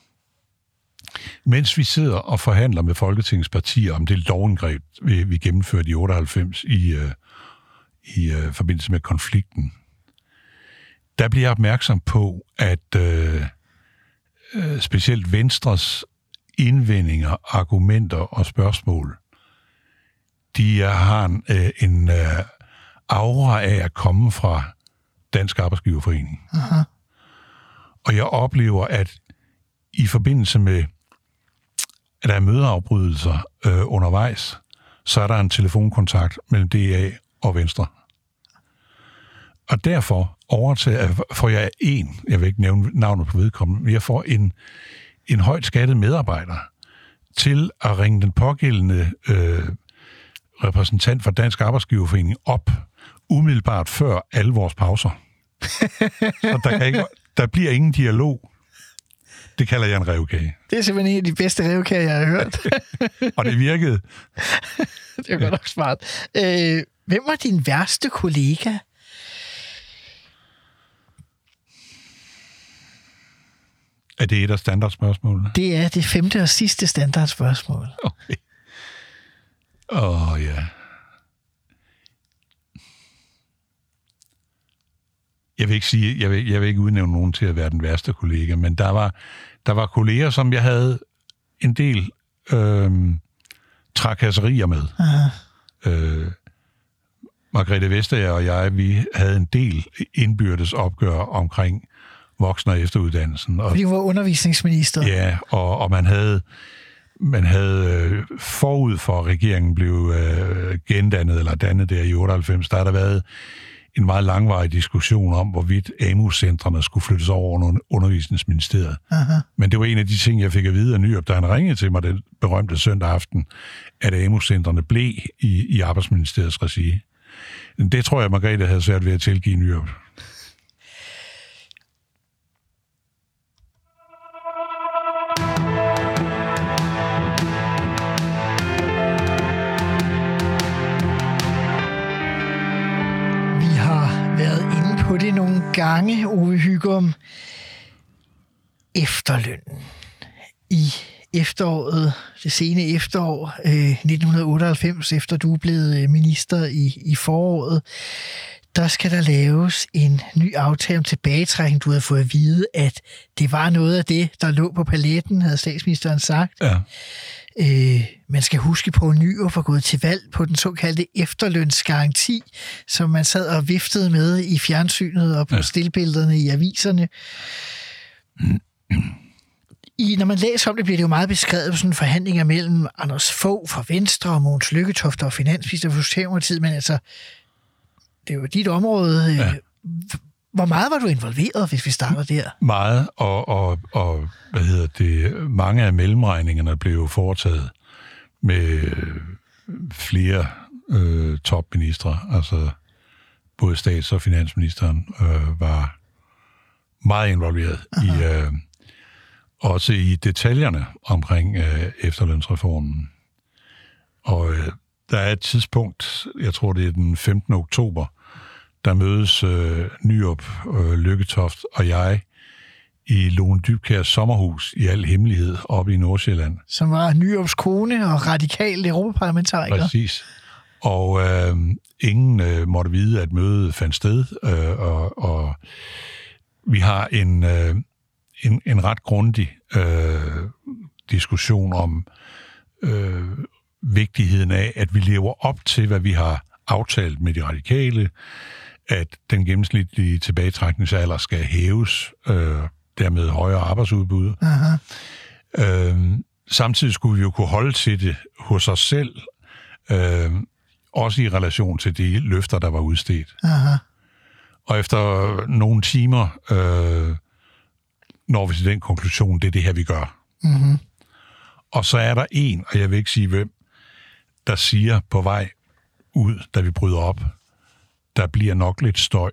Mens vi sidder og forhandler med Folketingets partier om det lovindgreb, vi, vi gennemførte i otteoghalvfems i, uh, i uh, forbindelse med konflikten, der bliver jeg opmærksom på, at øh, øh, specielt Venstres indvendinger, argumenter og spørgsmål, de har en, øh, en øh, aura af at komme fra Dansk Arbejdsgiverforening. Aha. Og jeg oplever, at i forbindelse med, at der er mødeafbrydelser øh, undervejs, så er der en telefonkontakt mellem D A og Venstre. Og derfor overtager, får jeg en, jeg vil ikke nævne navnet på vedkommende, men jeg får en, en højt skattet medarbejder til at ringe den pågældende øh, repræsentant for Dansk Arbejdsgiverforening op umiddelbart før alle vores pauser. Så der, kan ikke, der bliver ingen dialog. Det kalder jeg en revkage. Det er simpelthen en af de bedste revkager, jeg har hørt. Og det virkede. Det er godt nok smart. Øh, hvem var din værste kollega? Er det et af standardspørgsmålene? Det er det femte og sidste standardspørgsmål. Okay. Åh, oh, ja. Jeg vil ikke sige, jeg vil, jeg vil ikke udnævne nogen til at være den værste kollega, men der var, der var kolleger, som jeg havde en del øh, trakasserier med. Øh, Margrethe Vestager og jeg, vi havde en del indbyrdes opgør omkring voksen- og efteruddannelsen. Og, fordi hun var undervisningsminister. Ja, og, og man havde, man havde øh, forud for, at regeringen blev øh, gendannet eller dannet der i otteoghalvfems, der har der været en meget langvarig diskussion om, hvorvidt A M U-centrene skulle flyttes over under undervisningsministeriet. Aha. Men det var en af de ting, jeg fik at vide af Nyrup, da han ringede til mig den berømte søndag aften, at A M U-centrene blev i, i arbejdsministeriets regi. Det tror jeg, Margrethe havde svært ved at tilgive Nyrup. På det nogle gange, Ove Hygum. Efterlønnen. I efteråret, det sene efterår, øh, nitten otteoghalvfems, efter du er blevet minister i, i foråret, der skal der laves en ny aftale om tilbagetrækning. Du havde fået at vide, at det var noget af det, der lå på paletten, havde statsministeren sagt. Ja. Øh, man skal huske på, at Nyrup var gået til valg på den såkaldte efterlønsgaranti, som man sad og viftede med i fjernsynet og på ja. stillbillederne i aviserne. I, når man læser om det, bliver det jo meget beskrevet på sådan forhandlinger mellem Anders Fogh fra Venstre og Mogens Lykketoft og finansminister for Socialdemokratiet, men altså, det er jo dit område. Ja. Hvor meget var du involveret, hvis vi starter der? Meget, og, og, og hvad hedder det, mange af mellemregningerne blev jo foretaget med flere øh, topministre, altså både stats- og finansministeren øh, var meget involveret Aha. i øh, også i detaljerne omkring øh, efterlønsreformen. Og øh, der er et tidspunkt, jeg tror det er den femtende oktober, der mødes øh, Nyrup, øh, Lykketoft og jeg i Lone Dybkjærs sommerhus i al hemmelighed oppe i Nordsjælland. Som var Nyrups kone og radikal europaparlamentariker. Præcis. Og øh, ingen øh, måtte vide, at mødet fandt sted, øh, og, og vi har en, øh, en, en ret grundig øh, diskussion om øh, vigtigheden af, at vi lever op til, hvad vi har aftalt med de radikale, at den gennemsnitlige tilbagetrækningsalder skal hæves, øh, dermed højere arbejdsudbud. Aha. Øh, samtidig skulle vi jo kunne holde til det hos os selv, øh, også i relation til de løfter, der var udstedt. Aha. Og efter nogle timer øh, når vi til den konklusion, det er det her, vi gør. Mm-hmm. Og så er der en, og jeg vil ikke sige hvem, der siger på vej ud, da vi bryder op, der bliver nok lidt støj.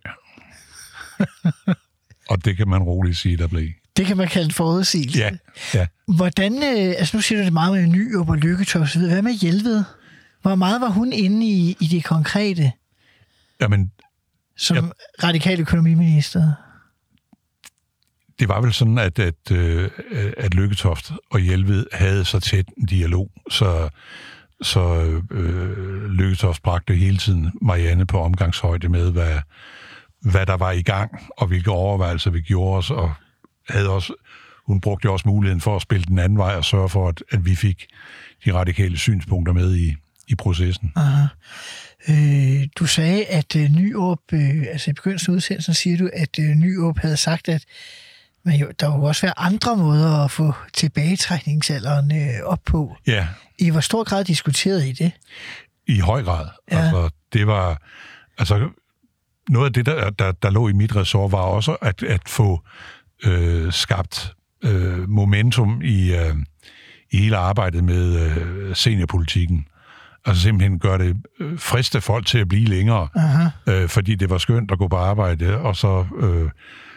Og det kan man roligt sige, der blev. Det kan man kalde en forudsigelse. Ja, ja. Hvordan, øh, altså nu siger du det meget med Nyrup og Lykketoft, hvad med Jelved? Hvor meget var hun inde i, i det konkrete? Jamen, som jeg, radikal økonomiminister? Det var vel sådan, at, at, at Lykketoft og Jelved havde så tæt en dialog, så, så øh, Lykketoft bragte hele tiden Marianne på omgangshøjde med, hvad, hvad der var i gang, og hvilke overvejelser vi gjorde os, og havde også, hun brugte også muligheden for at spille den anden vej og sørge for, at, at vi fik de radikale synspunkter med i, i processen. Aha. Øh, du sagde, at øh, Nyrup, øh, altså i begyndelsen af udsendelsen siger du, at øh, Nyrup havde sagt, at men jo, der kunne også være andre måder at få tilbagetrækningsalderen øh, op på. Ja. I hvor stor grad diskuterede I det? I høj grad. Ja. Altså, det var, altså, noget af det, der, der, der lå i mit ressort, var også at, at få øh, skabt øh, momentum i, øh, i hele arbejdet med øh, seniorpolitikken. Altså simpelthen gøre det øh, friste folk til at blive længere, øh, fordi det var skønt at gå på arbejde, og så øh,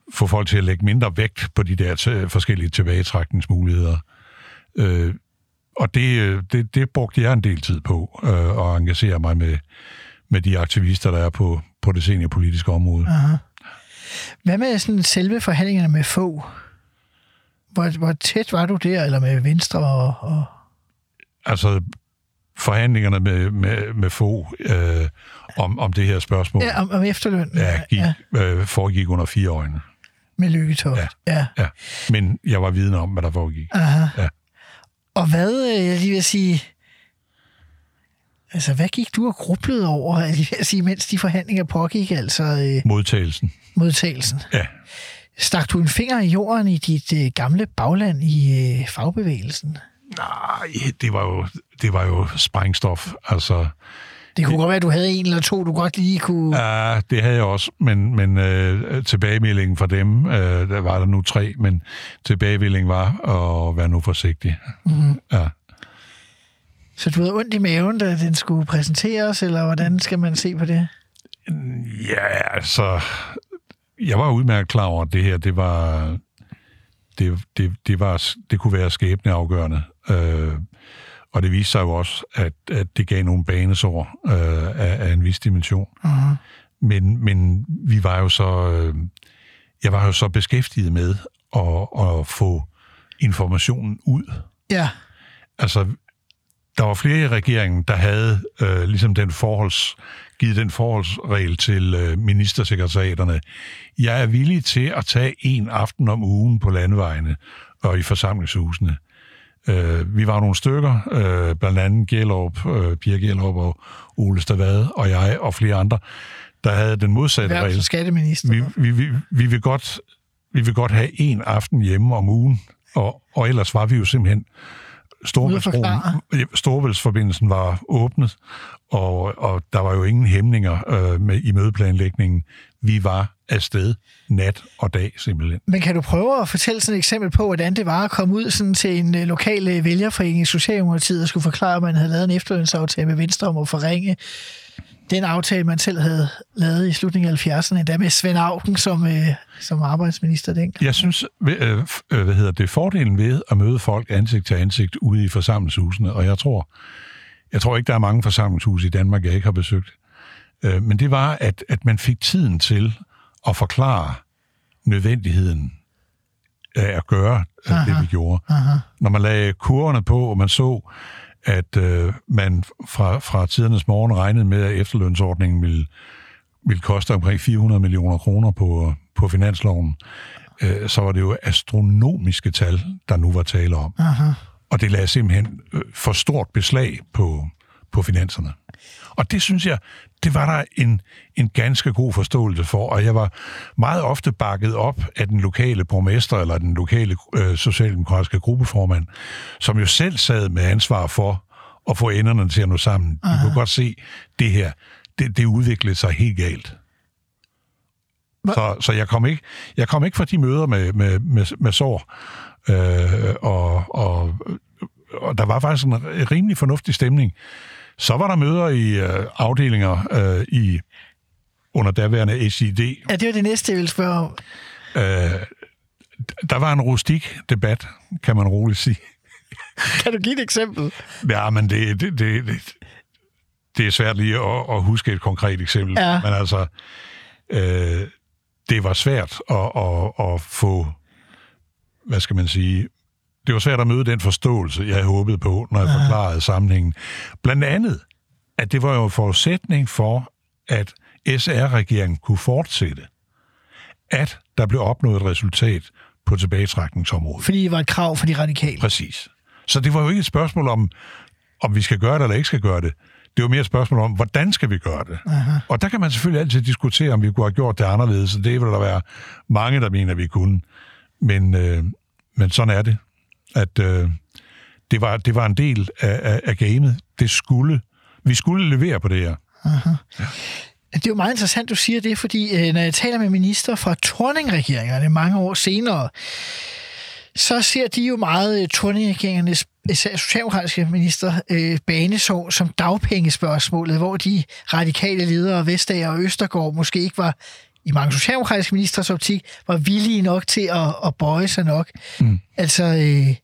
få folk til at lægge mindre vægt på de der t- forskellige tilbagetrækningsmuligheder. Øh, og det, det, det brugte jeg en del tid på, øh, at engagere mig med, med de aktivister, der er på, på det seniorpolitiske område. Aha. Hvad med sådan selve forhandlingerne med Fogh? Hvor, hvor tæt var du der, eller med Venstre og... og... Altså, forhandlingerne med, med, med Fogh øh, om, om det her spørgsmål... Ja, om, om efterløn. Ja, gik, ja. Øh, foregik under fire øjne. Med Lykketoft. Ja, ja. ja. Men jeg var vidne om, hvad der foregik. Aha. Ja. Og hvad, jeg lige vil sige... Altså, hvad gik du og grublede over, jeg lige vil sige, mens de forhandlinger pågik, altså... Øh, modtagelsen. Modtagelsen. Ja. Stak du en finger i jorden i dit øh, gamle bagland i øh, fagbevægelsen? Nej, det var jo, det var jo sprængstof. Altså, det kunne det, godt være, at du havde en eller to, du godt lige kunne... Ja, det havde jeg også, men, men øh, tilbagemeldingen fra dem, øh, der var der nu tre, men tilbagemeldingen var at være nu forsigtig. Mm-hmm. Ja. Så du havde ondt i maven, da den skulle præsenteres, eller hvordan skal man se på det? Ja, altså... Jeg var udmærket klar over, at det her, det var... Det, det, det, var, det kunne være skæbneafgørende. Øh, og det viste sig jo også, at, at det gav nogle banesår øh, af, af en vis dimension. Uh-huh. Men, men vi var jo så... Øh, jeg var jo så beskæftiget med at, at få informationen ud. Ja. Altså, der var flere i regeringen, der havde øh, ligesom den forholds, givet den forholdsregel til øh, ministersekretariaterne. Jeg er villig til at tage en aften om ugen på landevejene og i forsamlingshusene. Øh, vi var nogle stykker, øh, blandt andet Gjellerup, øh, Pia Gjellerup og Ole Stavad og jeg og flere andre, der havde den modsatte regel. Skatteminister. Vi, vi, vi, vi, vil godt, vi vil godt have en aften hjemme om ugen, og, og ellers var vi jo simpelthen Storebæltsforbindelsen var åbnet, og, og der var jo ingen hæmninger øh, med, i mødeplanlægningen. Vi var afsted nat og dag, simpelthen. Men kan du prøve at fortælle sådan et eksempel på, hvordan det var at komme ud sådan til en øh, lokal vælgerforening i Socialdemokratiet og skulle forklare, at man havde lavet en efterlønsaftale med Venstre om at forringe den aftale, man selv havde lavet i slutningen af halvfjerdserne, endda med Svend Auken som, øh, som arbejdsminister dengang? Jeg synes, øh, øh, hvad hedder det, fordelen ved at møde folk ansigt til ansigt ude i forsamlingshusene, og jeg tror, jeg tror ikke, der er mange forsamlingshuse i Danmark, jeg ikke har besøgt, øh, men det var, at, at man fik tiden til at forklare nødvendigheden af at gøre aha, det, vi gjorde. Aha. Når man lagde kurverne på, og man så, at øh, man fra, fra tidernes morgen regnede med, at efterlønsordningen ville, ville koste omkring fire hundrede millioner kroner på, på finansloven, øh, så var det jo astronomiske tal, der nu var tale om. Aha. Og det lagde simpelthen for stort beslag på, på finanserne. Og det synes jeg, det var der en, en ganske god forståelse for, og jeg var meget ofte bakket op af den lokale borgmester eller den lokale øh, socialdemokratiske gruppeformand, som jo selv sad med ansvar for at få enderne til at nå sammen. Aha. De kunne godt se, det her, det, det udviklede sig helt galt. Så, så jeg kom ikke, jeg kom ikke fra de møder med, med, med, med sår, øh, og, og, og der var faktisk en rimelig fornuftig stemning. Så var der møder i øh, afdelinger øh, i under daværende S I D. Ja, det var det næste, jeg ville spørge om. Øh, der var en rustik debat, kan man roligt sige. Kan du give et eksempel? Ja, men det, det, det, det, det er svært lige at, at huske et konkret eksempel. Ja. Men altså, øh, det var svært at, at, at få, hvad skal man sige, det var svært at møde den forståelse, jeg havde håbet på, når jeg aha, forklarede sammenhængen. Blandt andet, at det var jo en forudsætning for, at S R-regeringen kunne fortsætte, at der blev opnået et resultat på tilbagetrækningsområdet. Fordi det var et krav for de radikale. Præcis. Så det var jo ikke et spørgsmål om, om vi skal gøre det eller ikke skal gøre det. Det var mere et spørgsmål om, hvordan skal vi gøre det? Aha. Og der kan man selvfølgelig altid diskutere, om vi kunne have gjort det anderledes, så det vil der være mange, der mener, vi kunne. Men, øh, men sådan er det. At øh, det, var, det var en del af, af, af gamet. Det skulle, vi skulle levere på det her. Aha. Ja. Det er jo meget interessant, du siger det, fordi øh, når jeg taler med minister fra Thorning-regeringerne mange år senere, så ser de jo meget Thorning-regeringernes socialdemokratiske minister øh, banesår som dagpengespørgsmålet, hvor de radikale ledere, Vestager og Østergaard, måske ikke var i mange socialdemokratiske ministers optik, var villige nok til at, at bøje sig nok. Mm. Altså, øh,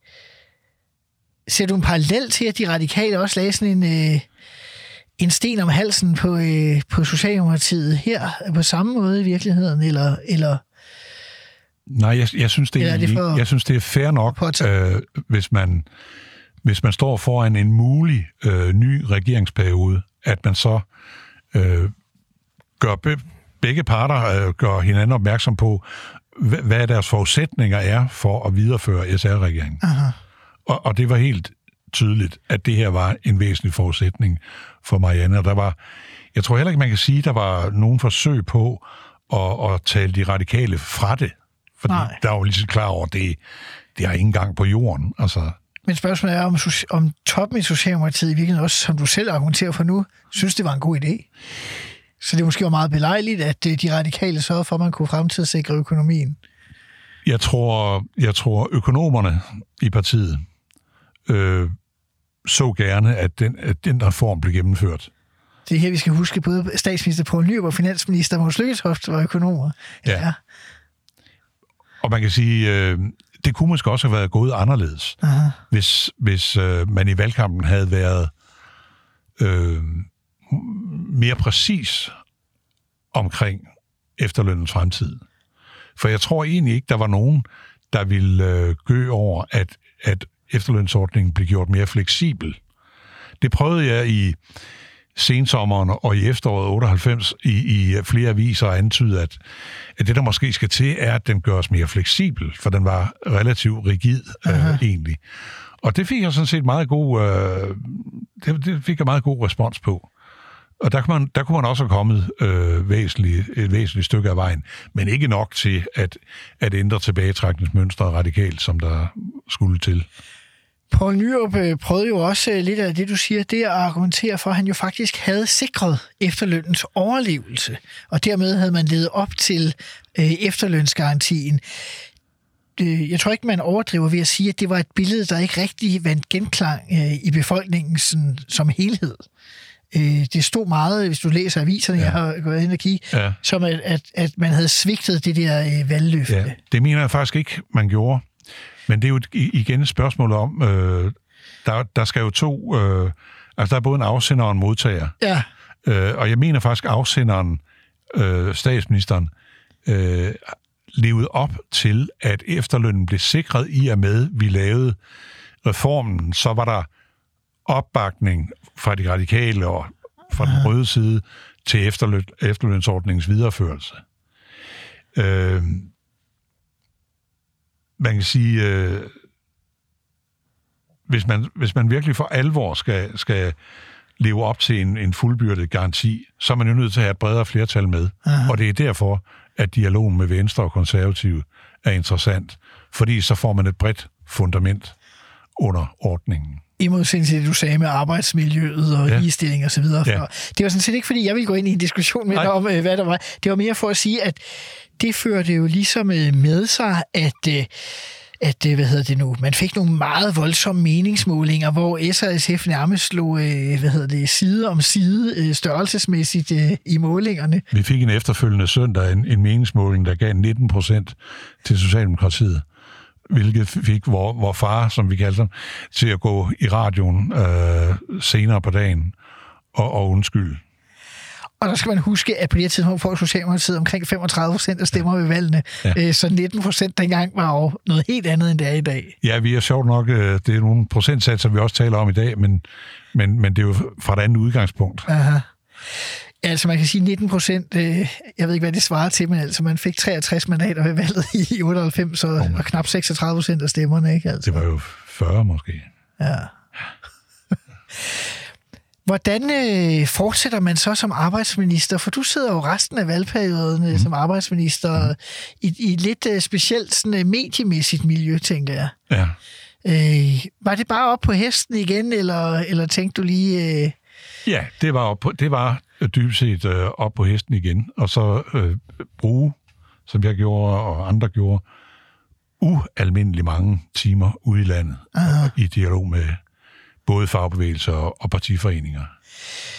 ser du en parallel til, at de radikale også lagde sådan en, øh, en sten om halsen på, øh, på Socialdemokratiet her, på samme måde i virkeligheden, eller... eller Nej, jeg, jeg, synes, det er, er det for, jeg synes, det er fair nok, øh, hvis, man, hvis man står foran en mulig øh, ny regeringsperiode, at man så øh, gør be, begge parter øh, gør hinanden opmærksom på, hvad, hvad deres forudsætninger er for at videreføre S R-regeringen. Og, og det var helt tydeligt, at det her var en væsentlig forudsætning for Marianne. Der var, jeg tror heller ikke, man kan sige, at der var nogen forsøg på at, at tale de radikale fra det. Fordi Nej. Der var jo lige så klar over, at det, det har ingen gang på jorden. Altså. Men spørgsmålet er, om, om toppen i Socialdemokratiet i virkeligheden også, som du selv argumenterer for nu, synes, det var en god idé. Så det måske var meget belejligt, at de radikale sørgede for, at man kunne fremtidssikre økonomien. Jeg tror, jeg tror økonomerne i partiet øh, så gerne, at den, at den reform blev gennemført. Det er her, vi skal huske, både statsminister Poul Nyrup og finansminister Mogens Lykketoft var økonomer. Ja. ja. Og man kan sige, øh, det kunne måske også have været gået anderledes, Aha. hvis, hvis øh, man i valgkampen havde været øh, mere præcis omkring efterlønnens fremtid. For jeg tror egentlig ikke, der var nogen, der ville øh, gø over, at, at efterlønsordningen blev gjort mere fleksibel. Det prøvede jeg i sensommeren og i efteråret otteoghalvfems i, i flere aviser at antyde, at, at det, der måske skal til, er, at den gøres mere fleksibel, for den var relativt rigid øh, egentlig. Og det fik jeg sådan set meget god, øh, det, det fik jeg meget god respons på. Og der kunne man, der kunne man også have kommet øh, væsentligt, et væsentligt stykke af vejen, men ikke nok til at, at ændre tilbagetrækningsmønstre radikalt, som der skulle til. Poul Nyrup prøvede jo også lidt af det, du siger, det at argumentere for, at han jo faktisk havde sikret efterlønnens overlevelse, og dermed havde man levet op til øh, efterlønsgarantien. Jeg tror ikke, man overdriver ved at sige, at det var et billede, der ikke rigtig vandt genklang øh, i befolkningen sådan, som helhed. Øh, det stod meget, hvis du læser aviserne, ja. Jeg har gået ind og kigge, ja. som at, at, at man havde svigtet det der øh, valgløfte. Ja, det mener jeg faktisk ikke, man gjorde. Men det er jo igen et spørgsmål om, øh, der, der skal jo to, øh, altså der er både en afsender og en modtager. Ja. Øh, og jeg mener faktisk, at afsenderen, øh, statsministeren, øh, levede op til, at efterlønnen blev sikret i og med, vi lavede reformen, så var der opbakning fra de radikale og fra den røde side til efterløn, efterlønsordningens videreførelse. Øh, man kan sige, øh, hvis, man, hvis man virkelig for alvor skal, skal leve op til en, en fuldbyrdet garanti, så er man jo nødt til at have et bredere flertal med. Aha. Og det er derfor, at dialogen med Venstre og Konservative er interessant, fordi så får man et bredt fundament under ordningen. I modsætning til det, du sagde med arbejdsmiljøet og ja. ligestilling og så videre. Ja. Det var sådan set ikke, fordi jeg ville gå ind i en diskussion med dig om, hvad der var. Det var mere for at sige, at det førte jo ligesom med sig, at, at hvad hedder det nu, man fik nogle meget voldsomme meningsmålinger, hvor S og S F nærmest slog, hvad hedder det, side om side størrelsesmæssigt i målingerne. Vi fik en efterfølgende søndag en, en meningsmåling, der gav nitten procent til Socialdemokratiet, hvilket fik vor, vor far, som vi kaldte ham, til at gå i radioen øh, senere på dagen og, og undskylde. Og der skal man huske, at på det her tidspunkt får Socialdemokratiet omkring femogtredive procent af stemmer ved valgene. Ja. Så nitten procent dengang var jo noget helt andet, end det er i dag. Ja, vi er sjovt nok, det er nogle procentsatser, vi også taler om i dag, men, men, men det er jo fra et andet udgangspunkt. Aha. Altså man kan sige nitten procent, øh, jeg ved ikke, hvad det svarer til, men altså man fik treogtres mandater ved valget i otteoghalvfems, og, oh, og knap seksogtredive procent af stemmerne, ikke? Altså. Det var jo fyrre måske. Ja. Hvordan øh, fortsætter man så som arbejdsminister? For du sidder jo resten af valgperioden mm. som arbejdsminister mm. i, i et lidt øh, specielt sådan, øh, mediemæssigt miljø, tænker jeg. Ja. Øh, var det bare op på hesten igen, eller, eller tænkte du lige... Øh... Ja, det var, op på, det var dybest set øh, op på hesten igen, og så øh, bruge, som jeg gjorde og andre gjorde, ualmindelig mange timer ude i landet i dialog med både fagbevægelser og partiforeninger.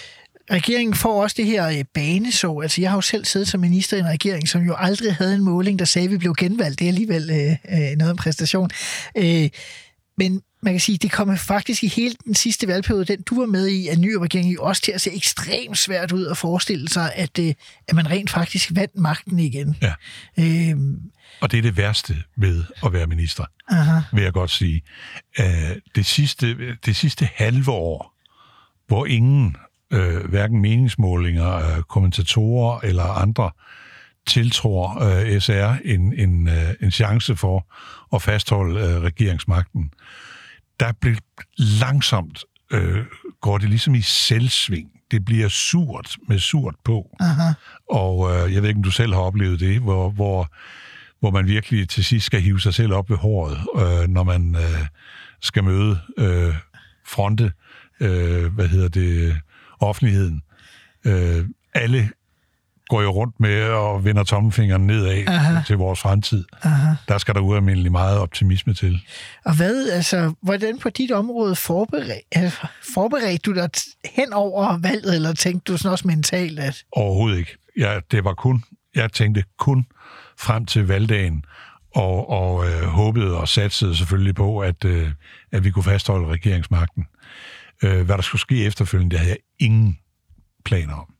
regeringen får også det her banesår. Altså, jeg har jo selv siddet som minister i en regering, som jo aldrig havde en måling, der sagde, at vi blev genvalgt. Det er alligevel øh, noget om præstation. Øh, men man kan sige, det kommer faktisk i hele den sidste valgperiode, den du var med i, at Nyrup-regeringen jo også til at se ekstremt svært ud at forestille sig, at, øh, at man rent faktisk vandt magten igen. Ja. Øh, Og det er det værste ved at være minister, aha. vil jeg godt sige. Uh, det, sidste, det sidste halve år, hvor ingen, uh, hverken meningsmålinger, uh, kommentatorer eller andre, tiltror uh, S R en, en, uh, en chance for at fastholde uh, regeringsmagten, der bliver langsomt, uh, går det ligesom i selvsving. Det bliver surt med surt på. Aha. Og uh, jeg ved ikke, om du selv har oplevet det, hvor... hvor hvor man virkelig til sidst skal hive sig selv op ved håret, øh, når man øh, skal møde øh, fronte, øh, hvad hedder det, offentligheden. Øh, alle går jo rundt med og vender tommelfingeren nedad aha. til vores fremtid. Aha. Der skal der ualmindelig meget optimisme til. Og hvad, altså, hvordan på dit område forbered, forberedte du dig hen over valget, eller tænkte du sådan også mentalt, at... Overhovedet ikke. Ja, det var kun, jeg tænkte kun frem til valgdagen, og, og øh, håbede og satsede selvfølgelig på, at, øh, at vi kunne fastholde regeringsmagten. Øh, hvad der skulle ske efterfølgende, det havde jeg ingen planer om.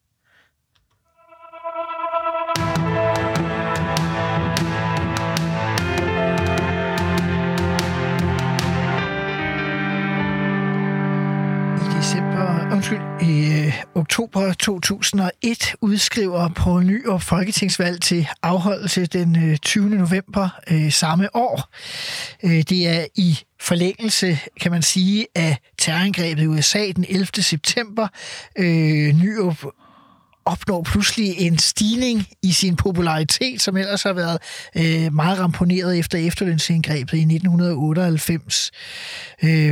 Undskyld, i øh, oktober to tusind og et udskriver Poul Nyrup folketingsvalg til afholdelse den øh, tyvende november øh, samme år. Øh, det er i forlængelse, kan man sige, af terrorangrebet i U S A den ellevte september. Øh, Nyrup opnår pludselig en stigning i sin popularitet, som ellers har været øh, meget ramponeret efter efterlønsindgrebet i nitten otteoghalvfems. Øh,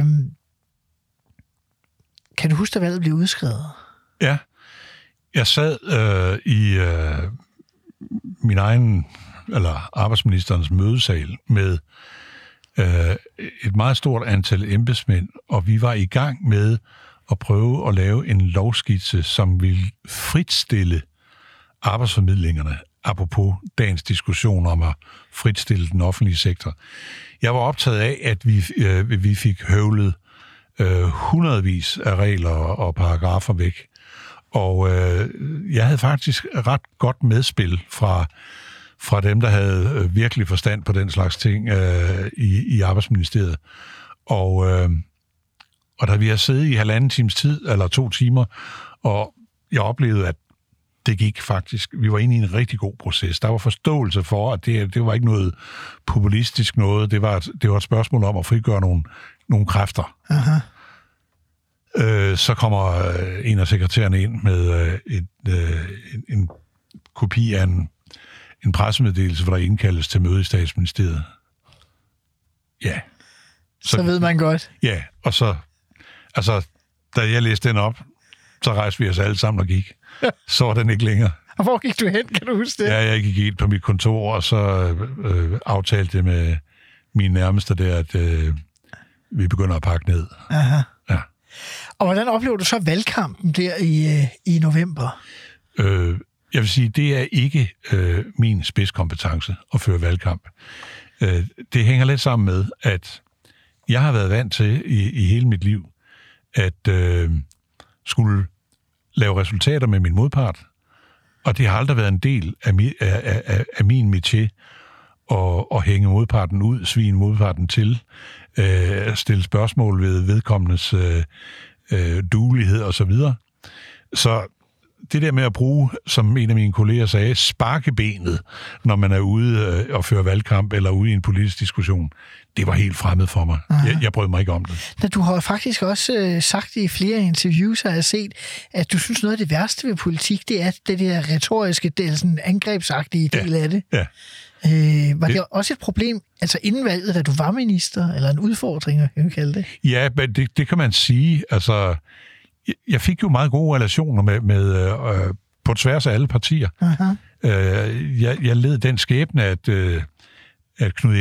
Kan du huske, da valget blev udskrevet? Ja. Jeg sad øh, i øh, min egen, eller arbejdsministerens mødesal med øh, et meget stort antal embedsmænd, og vi var i gang med at prøve at lave en lovskitse, som ville fritstille arbejdsformidlingerne, apropos dagens diskussion om at fritstille den offentlige sektor. Jeg var optaget af, at vi, øh, vi fik høvlet øh, hundredvis af regler og paragrafer væk. Og øh, jeg havde faktisk ret godt medspil fra, fra dem, der havde virkelig forstand på den slags ting øh, i, i Arbejdsministeriet. Og, øh, og da vi har siddet i halvanden times tid, eller to timer, og jeg oplevede, at det gik faktisk. Vi var inde i en rigtig god proces. Der var forståelse for, at det, det var ikke noget populistisk noget. Det var, et, det var et spørgsmål om at frigøre nogle, nogle kræfter. Aha. Øh, så kommer en af sekretærerne ind med øh, et, øh, en, en kopi af en, en pressemeddelelse, hvor der indkaldes til møde i Statsministeriet. Ja. Så, så ved man godt. Ja, og så, altså, da jeg læste den op, så rejste vi os alle sammen og gik. Så var den ikke længere. Og hvor gik du hen, kan du huske det? Ja, jeg gik ind på mit kontor, og så øh, aftalte det med min nærmeste der, at øh, vi begynder at pakke ned. Aha. Ja. Og hvordan oplever du så valgkampen der i, øh, i november? Øh, jeg vil sige, det er ikke øh, min spidskompetence at føre valgkamp. Øh, det hænger lidt sammen med, at jeg har været vant til i, i hele mit liv, at øh, skulle lave resultater med min modpart, og det har aldrig været en del af, mi, af, af, af min métier at, at hænge modparten ud, svine modparten til, øh, stille spørgsmål ved vedkommendes øh, øh, duelighed og så videre. Så det der med at bruge, som en af mine kolleger sagde, sparkebenet, når man er ude øh, og fører valgkamp eller ude i en politisk diskussion, det var helt fremmed for mig. Jeg, jeg brød mig ikke om det. Men du har faktisk også øh, sagt i flere interviews, har jeg set, at du synes noget af det værste ved politik, det er det der retoriske, det er sådan angrebsagtige del ja. af det. Ja. Øh, var det, det også et problem, altså inden valget, da du var minister, eller en udfordring, kan du kalde det? Ja, men det, det kan man sige. Altså, jeg fik jo meget gode relationer med, med øh, på tværs af alle partier. Øh, jeg, jeg led den skæbne, at, øh, at Knud Erik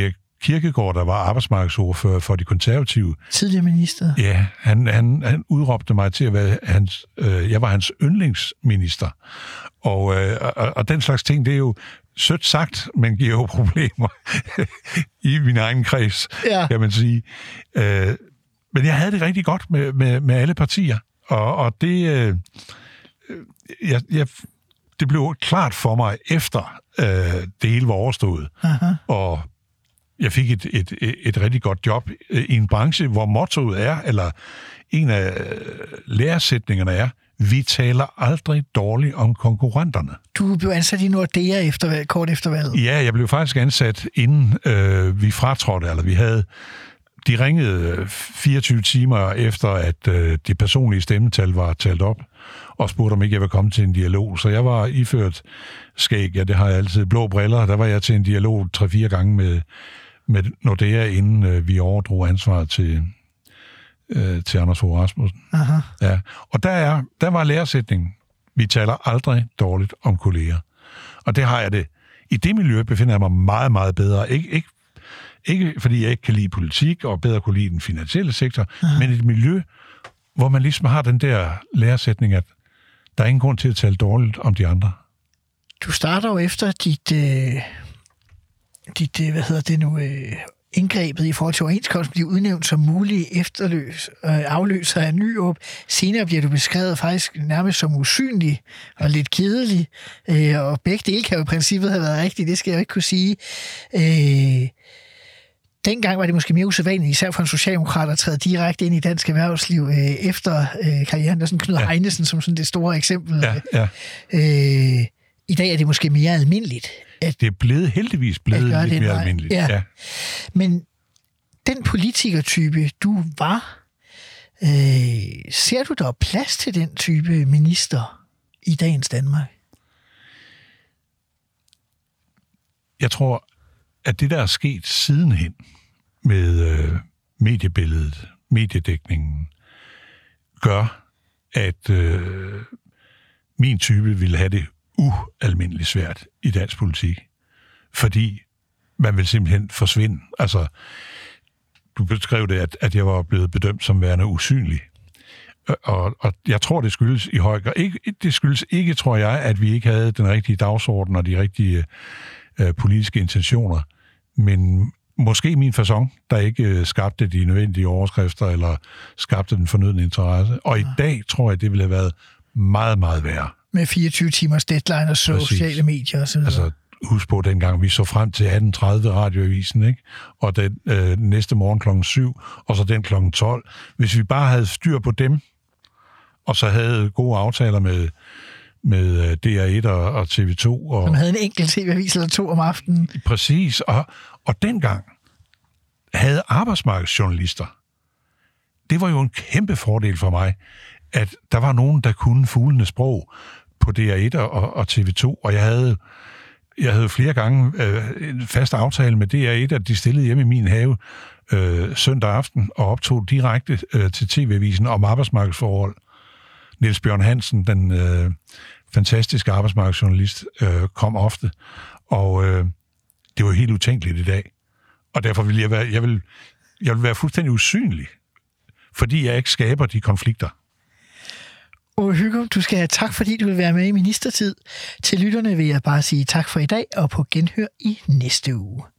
Kirkegaard, der var arbejdsmarkedsordfører for de konservative. Tidligere minister. Ja, han, han, han udråbte mig til at være hans, øh, jeg var hans yndlingsminister. Og, øh, og, og den slags ting, det er jo sødt sagt, men giver jo problemer i min egen kreds, ja. Kan man sige. Øh, men jeg havde det rigtig godt med, med, med alle partier, og, og det, øh, jeg, jeg, det blev klart for mig efter øh, det hele var overstået. Aha. Og jeg fik et, et, et, et rigtig godt job i en branche, hvor mottoet er, eller en af læresætningerne er, vi taler aldrig dårligt om konkurrenterne. Du blev ansat i Nordea efter, kort efter valget. Ja, jeg blev faktisk ansat, inden øh, vi fratrådte, eller vi havde... De ringede fireogtyve timer efter, at øh, det personlige stemmetal var talt op, og spurgte, om ikke jeg ville komme til en dialog. Så jeg var iført skæg, ja, det har jeg altid, blå briller. Der var jeg til en dialog tre-fire gange med, med Nordea, inden øh, vi overdrog ansvaret til, øh, til Anders Fogh Rasmussen. Aha. Ja. Og der, er, der var læresætningen, vi taler aldrig dårligt om kolleger. Og det har jeg det. I det miljø befinder jeg mig meget, meget bedre. Ikke, ikke, ikke fordi jeg ikke kan lide politik, og bedre kunne lide den finansielle sektor, aha, men et miljø, hvor man ligesom har den der læresætning, at der er ingen grund til at tale dårligt om de andre. Du starter jo efter dit, øh, dit øh, hvad hedder det nu, øh, indgrebet i forhold til overenskomsten, bliver udnævnt som mulig efterløs, øh, afløser af Nyrup. Senere bliver du beskrevet faktisk nærmest som usynlig og lidt kedelig, øh, og begge dele kan jo i princippet have været rigtigt, det skal jeg jo ikke kunne sige. Øh, Dengang var det måske mere usædvanligt, især for en socialdemokrat, at træde direkte ind i dansk erhvervsliv øh, efter øh, karrieren. Der er sådan Knud ja. Heinesen som sådan det store eksempel. Ja, ja. Øh, I dag er det måske mere almindeligt. At, det er blevet, heldigvis blevet lidt mere vej. almindeligt. Ja. Ja. Men den politikertype, du var, øh, ser du der plads til den type minister i dagens Danmark? Jeg tror, at det, der er sket sidenhen med øh, mediebilledet, mediedækningen, gør, at øh, min type ville have det ualmindeligt svært i dansk politik. Fordi man vil simpelthen forsvinde. Altså, du beskrev det, at, at jeg var blevet bedømt som værende usynlig. Og, og jeg tror, det skyldes i høj grad. Ikke, det skyldes ikke, tror jeg, at vi ikke havde den rigtige dagsorden og de rigtige øh, politiske intentioner. Men måske min facon, der ikke skabte de nødvendige overskrifter eller skabte den fornødne interesse. Og i dag tror jeg, det ville have været meget, meget værre. Med fireogtyve timers deadline og sociale medier og så videre. Altså, husk på dengang, vi så frem til atten tredive radioavisen, ikke? Og den øh, næste morgen klokken syv, og så den klokken tolv. Hvis vi bare havde styr på dem, og så havde gode aftaler med, med D R et og, og T V to. Og, som havde en enkelt T V-avis eller to om aftenen. Præcis, og, og dengang havde arbejdsmarkedsjournalister. Det var jo en kæmpe fordel for mig, at der var nogen, der kunne fuglende sprog på D R et og, og T V to, og jeg havde, jeg havde flere gange øh, en fast aftale med D R et, at de stillede hjemme i min have øh, søndag aften og optog direkte øh, til T V-avisen om arbejdsmarkedsforhold. Niels Bjørn Hansen, den øh, fantastiske arbejdsmarkedsjournalist, øh, kom ofte, og øh, det var helt utænkeligt i dag. Og derfor vil jeg være, jeg vil, jeg vil være fuldstændig usynlig, fordi jeg ikke skaber de konflikter. Og Hygum, du skal have tak, fordi du vil være med i Ministertid. Til lytterne vil jeg bare sige tak for i dag, og på genhør i næste uge.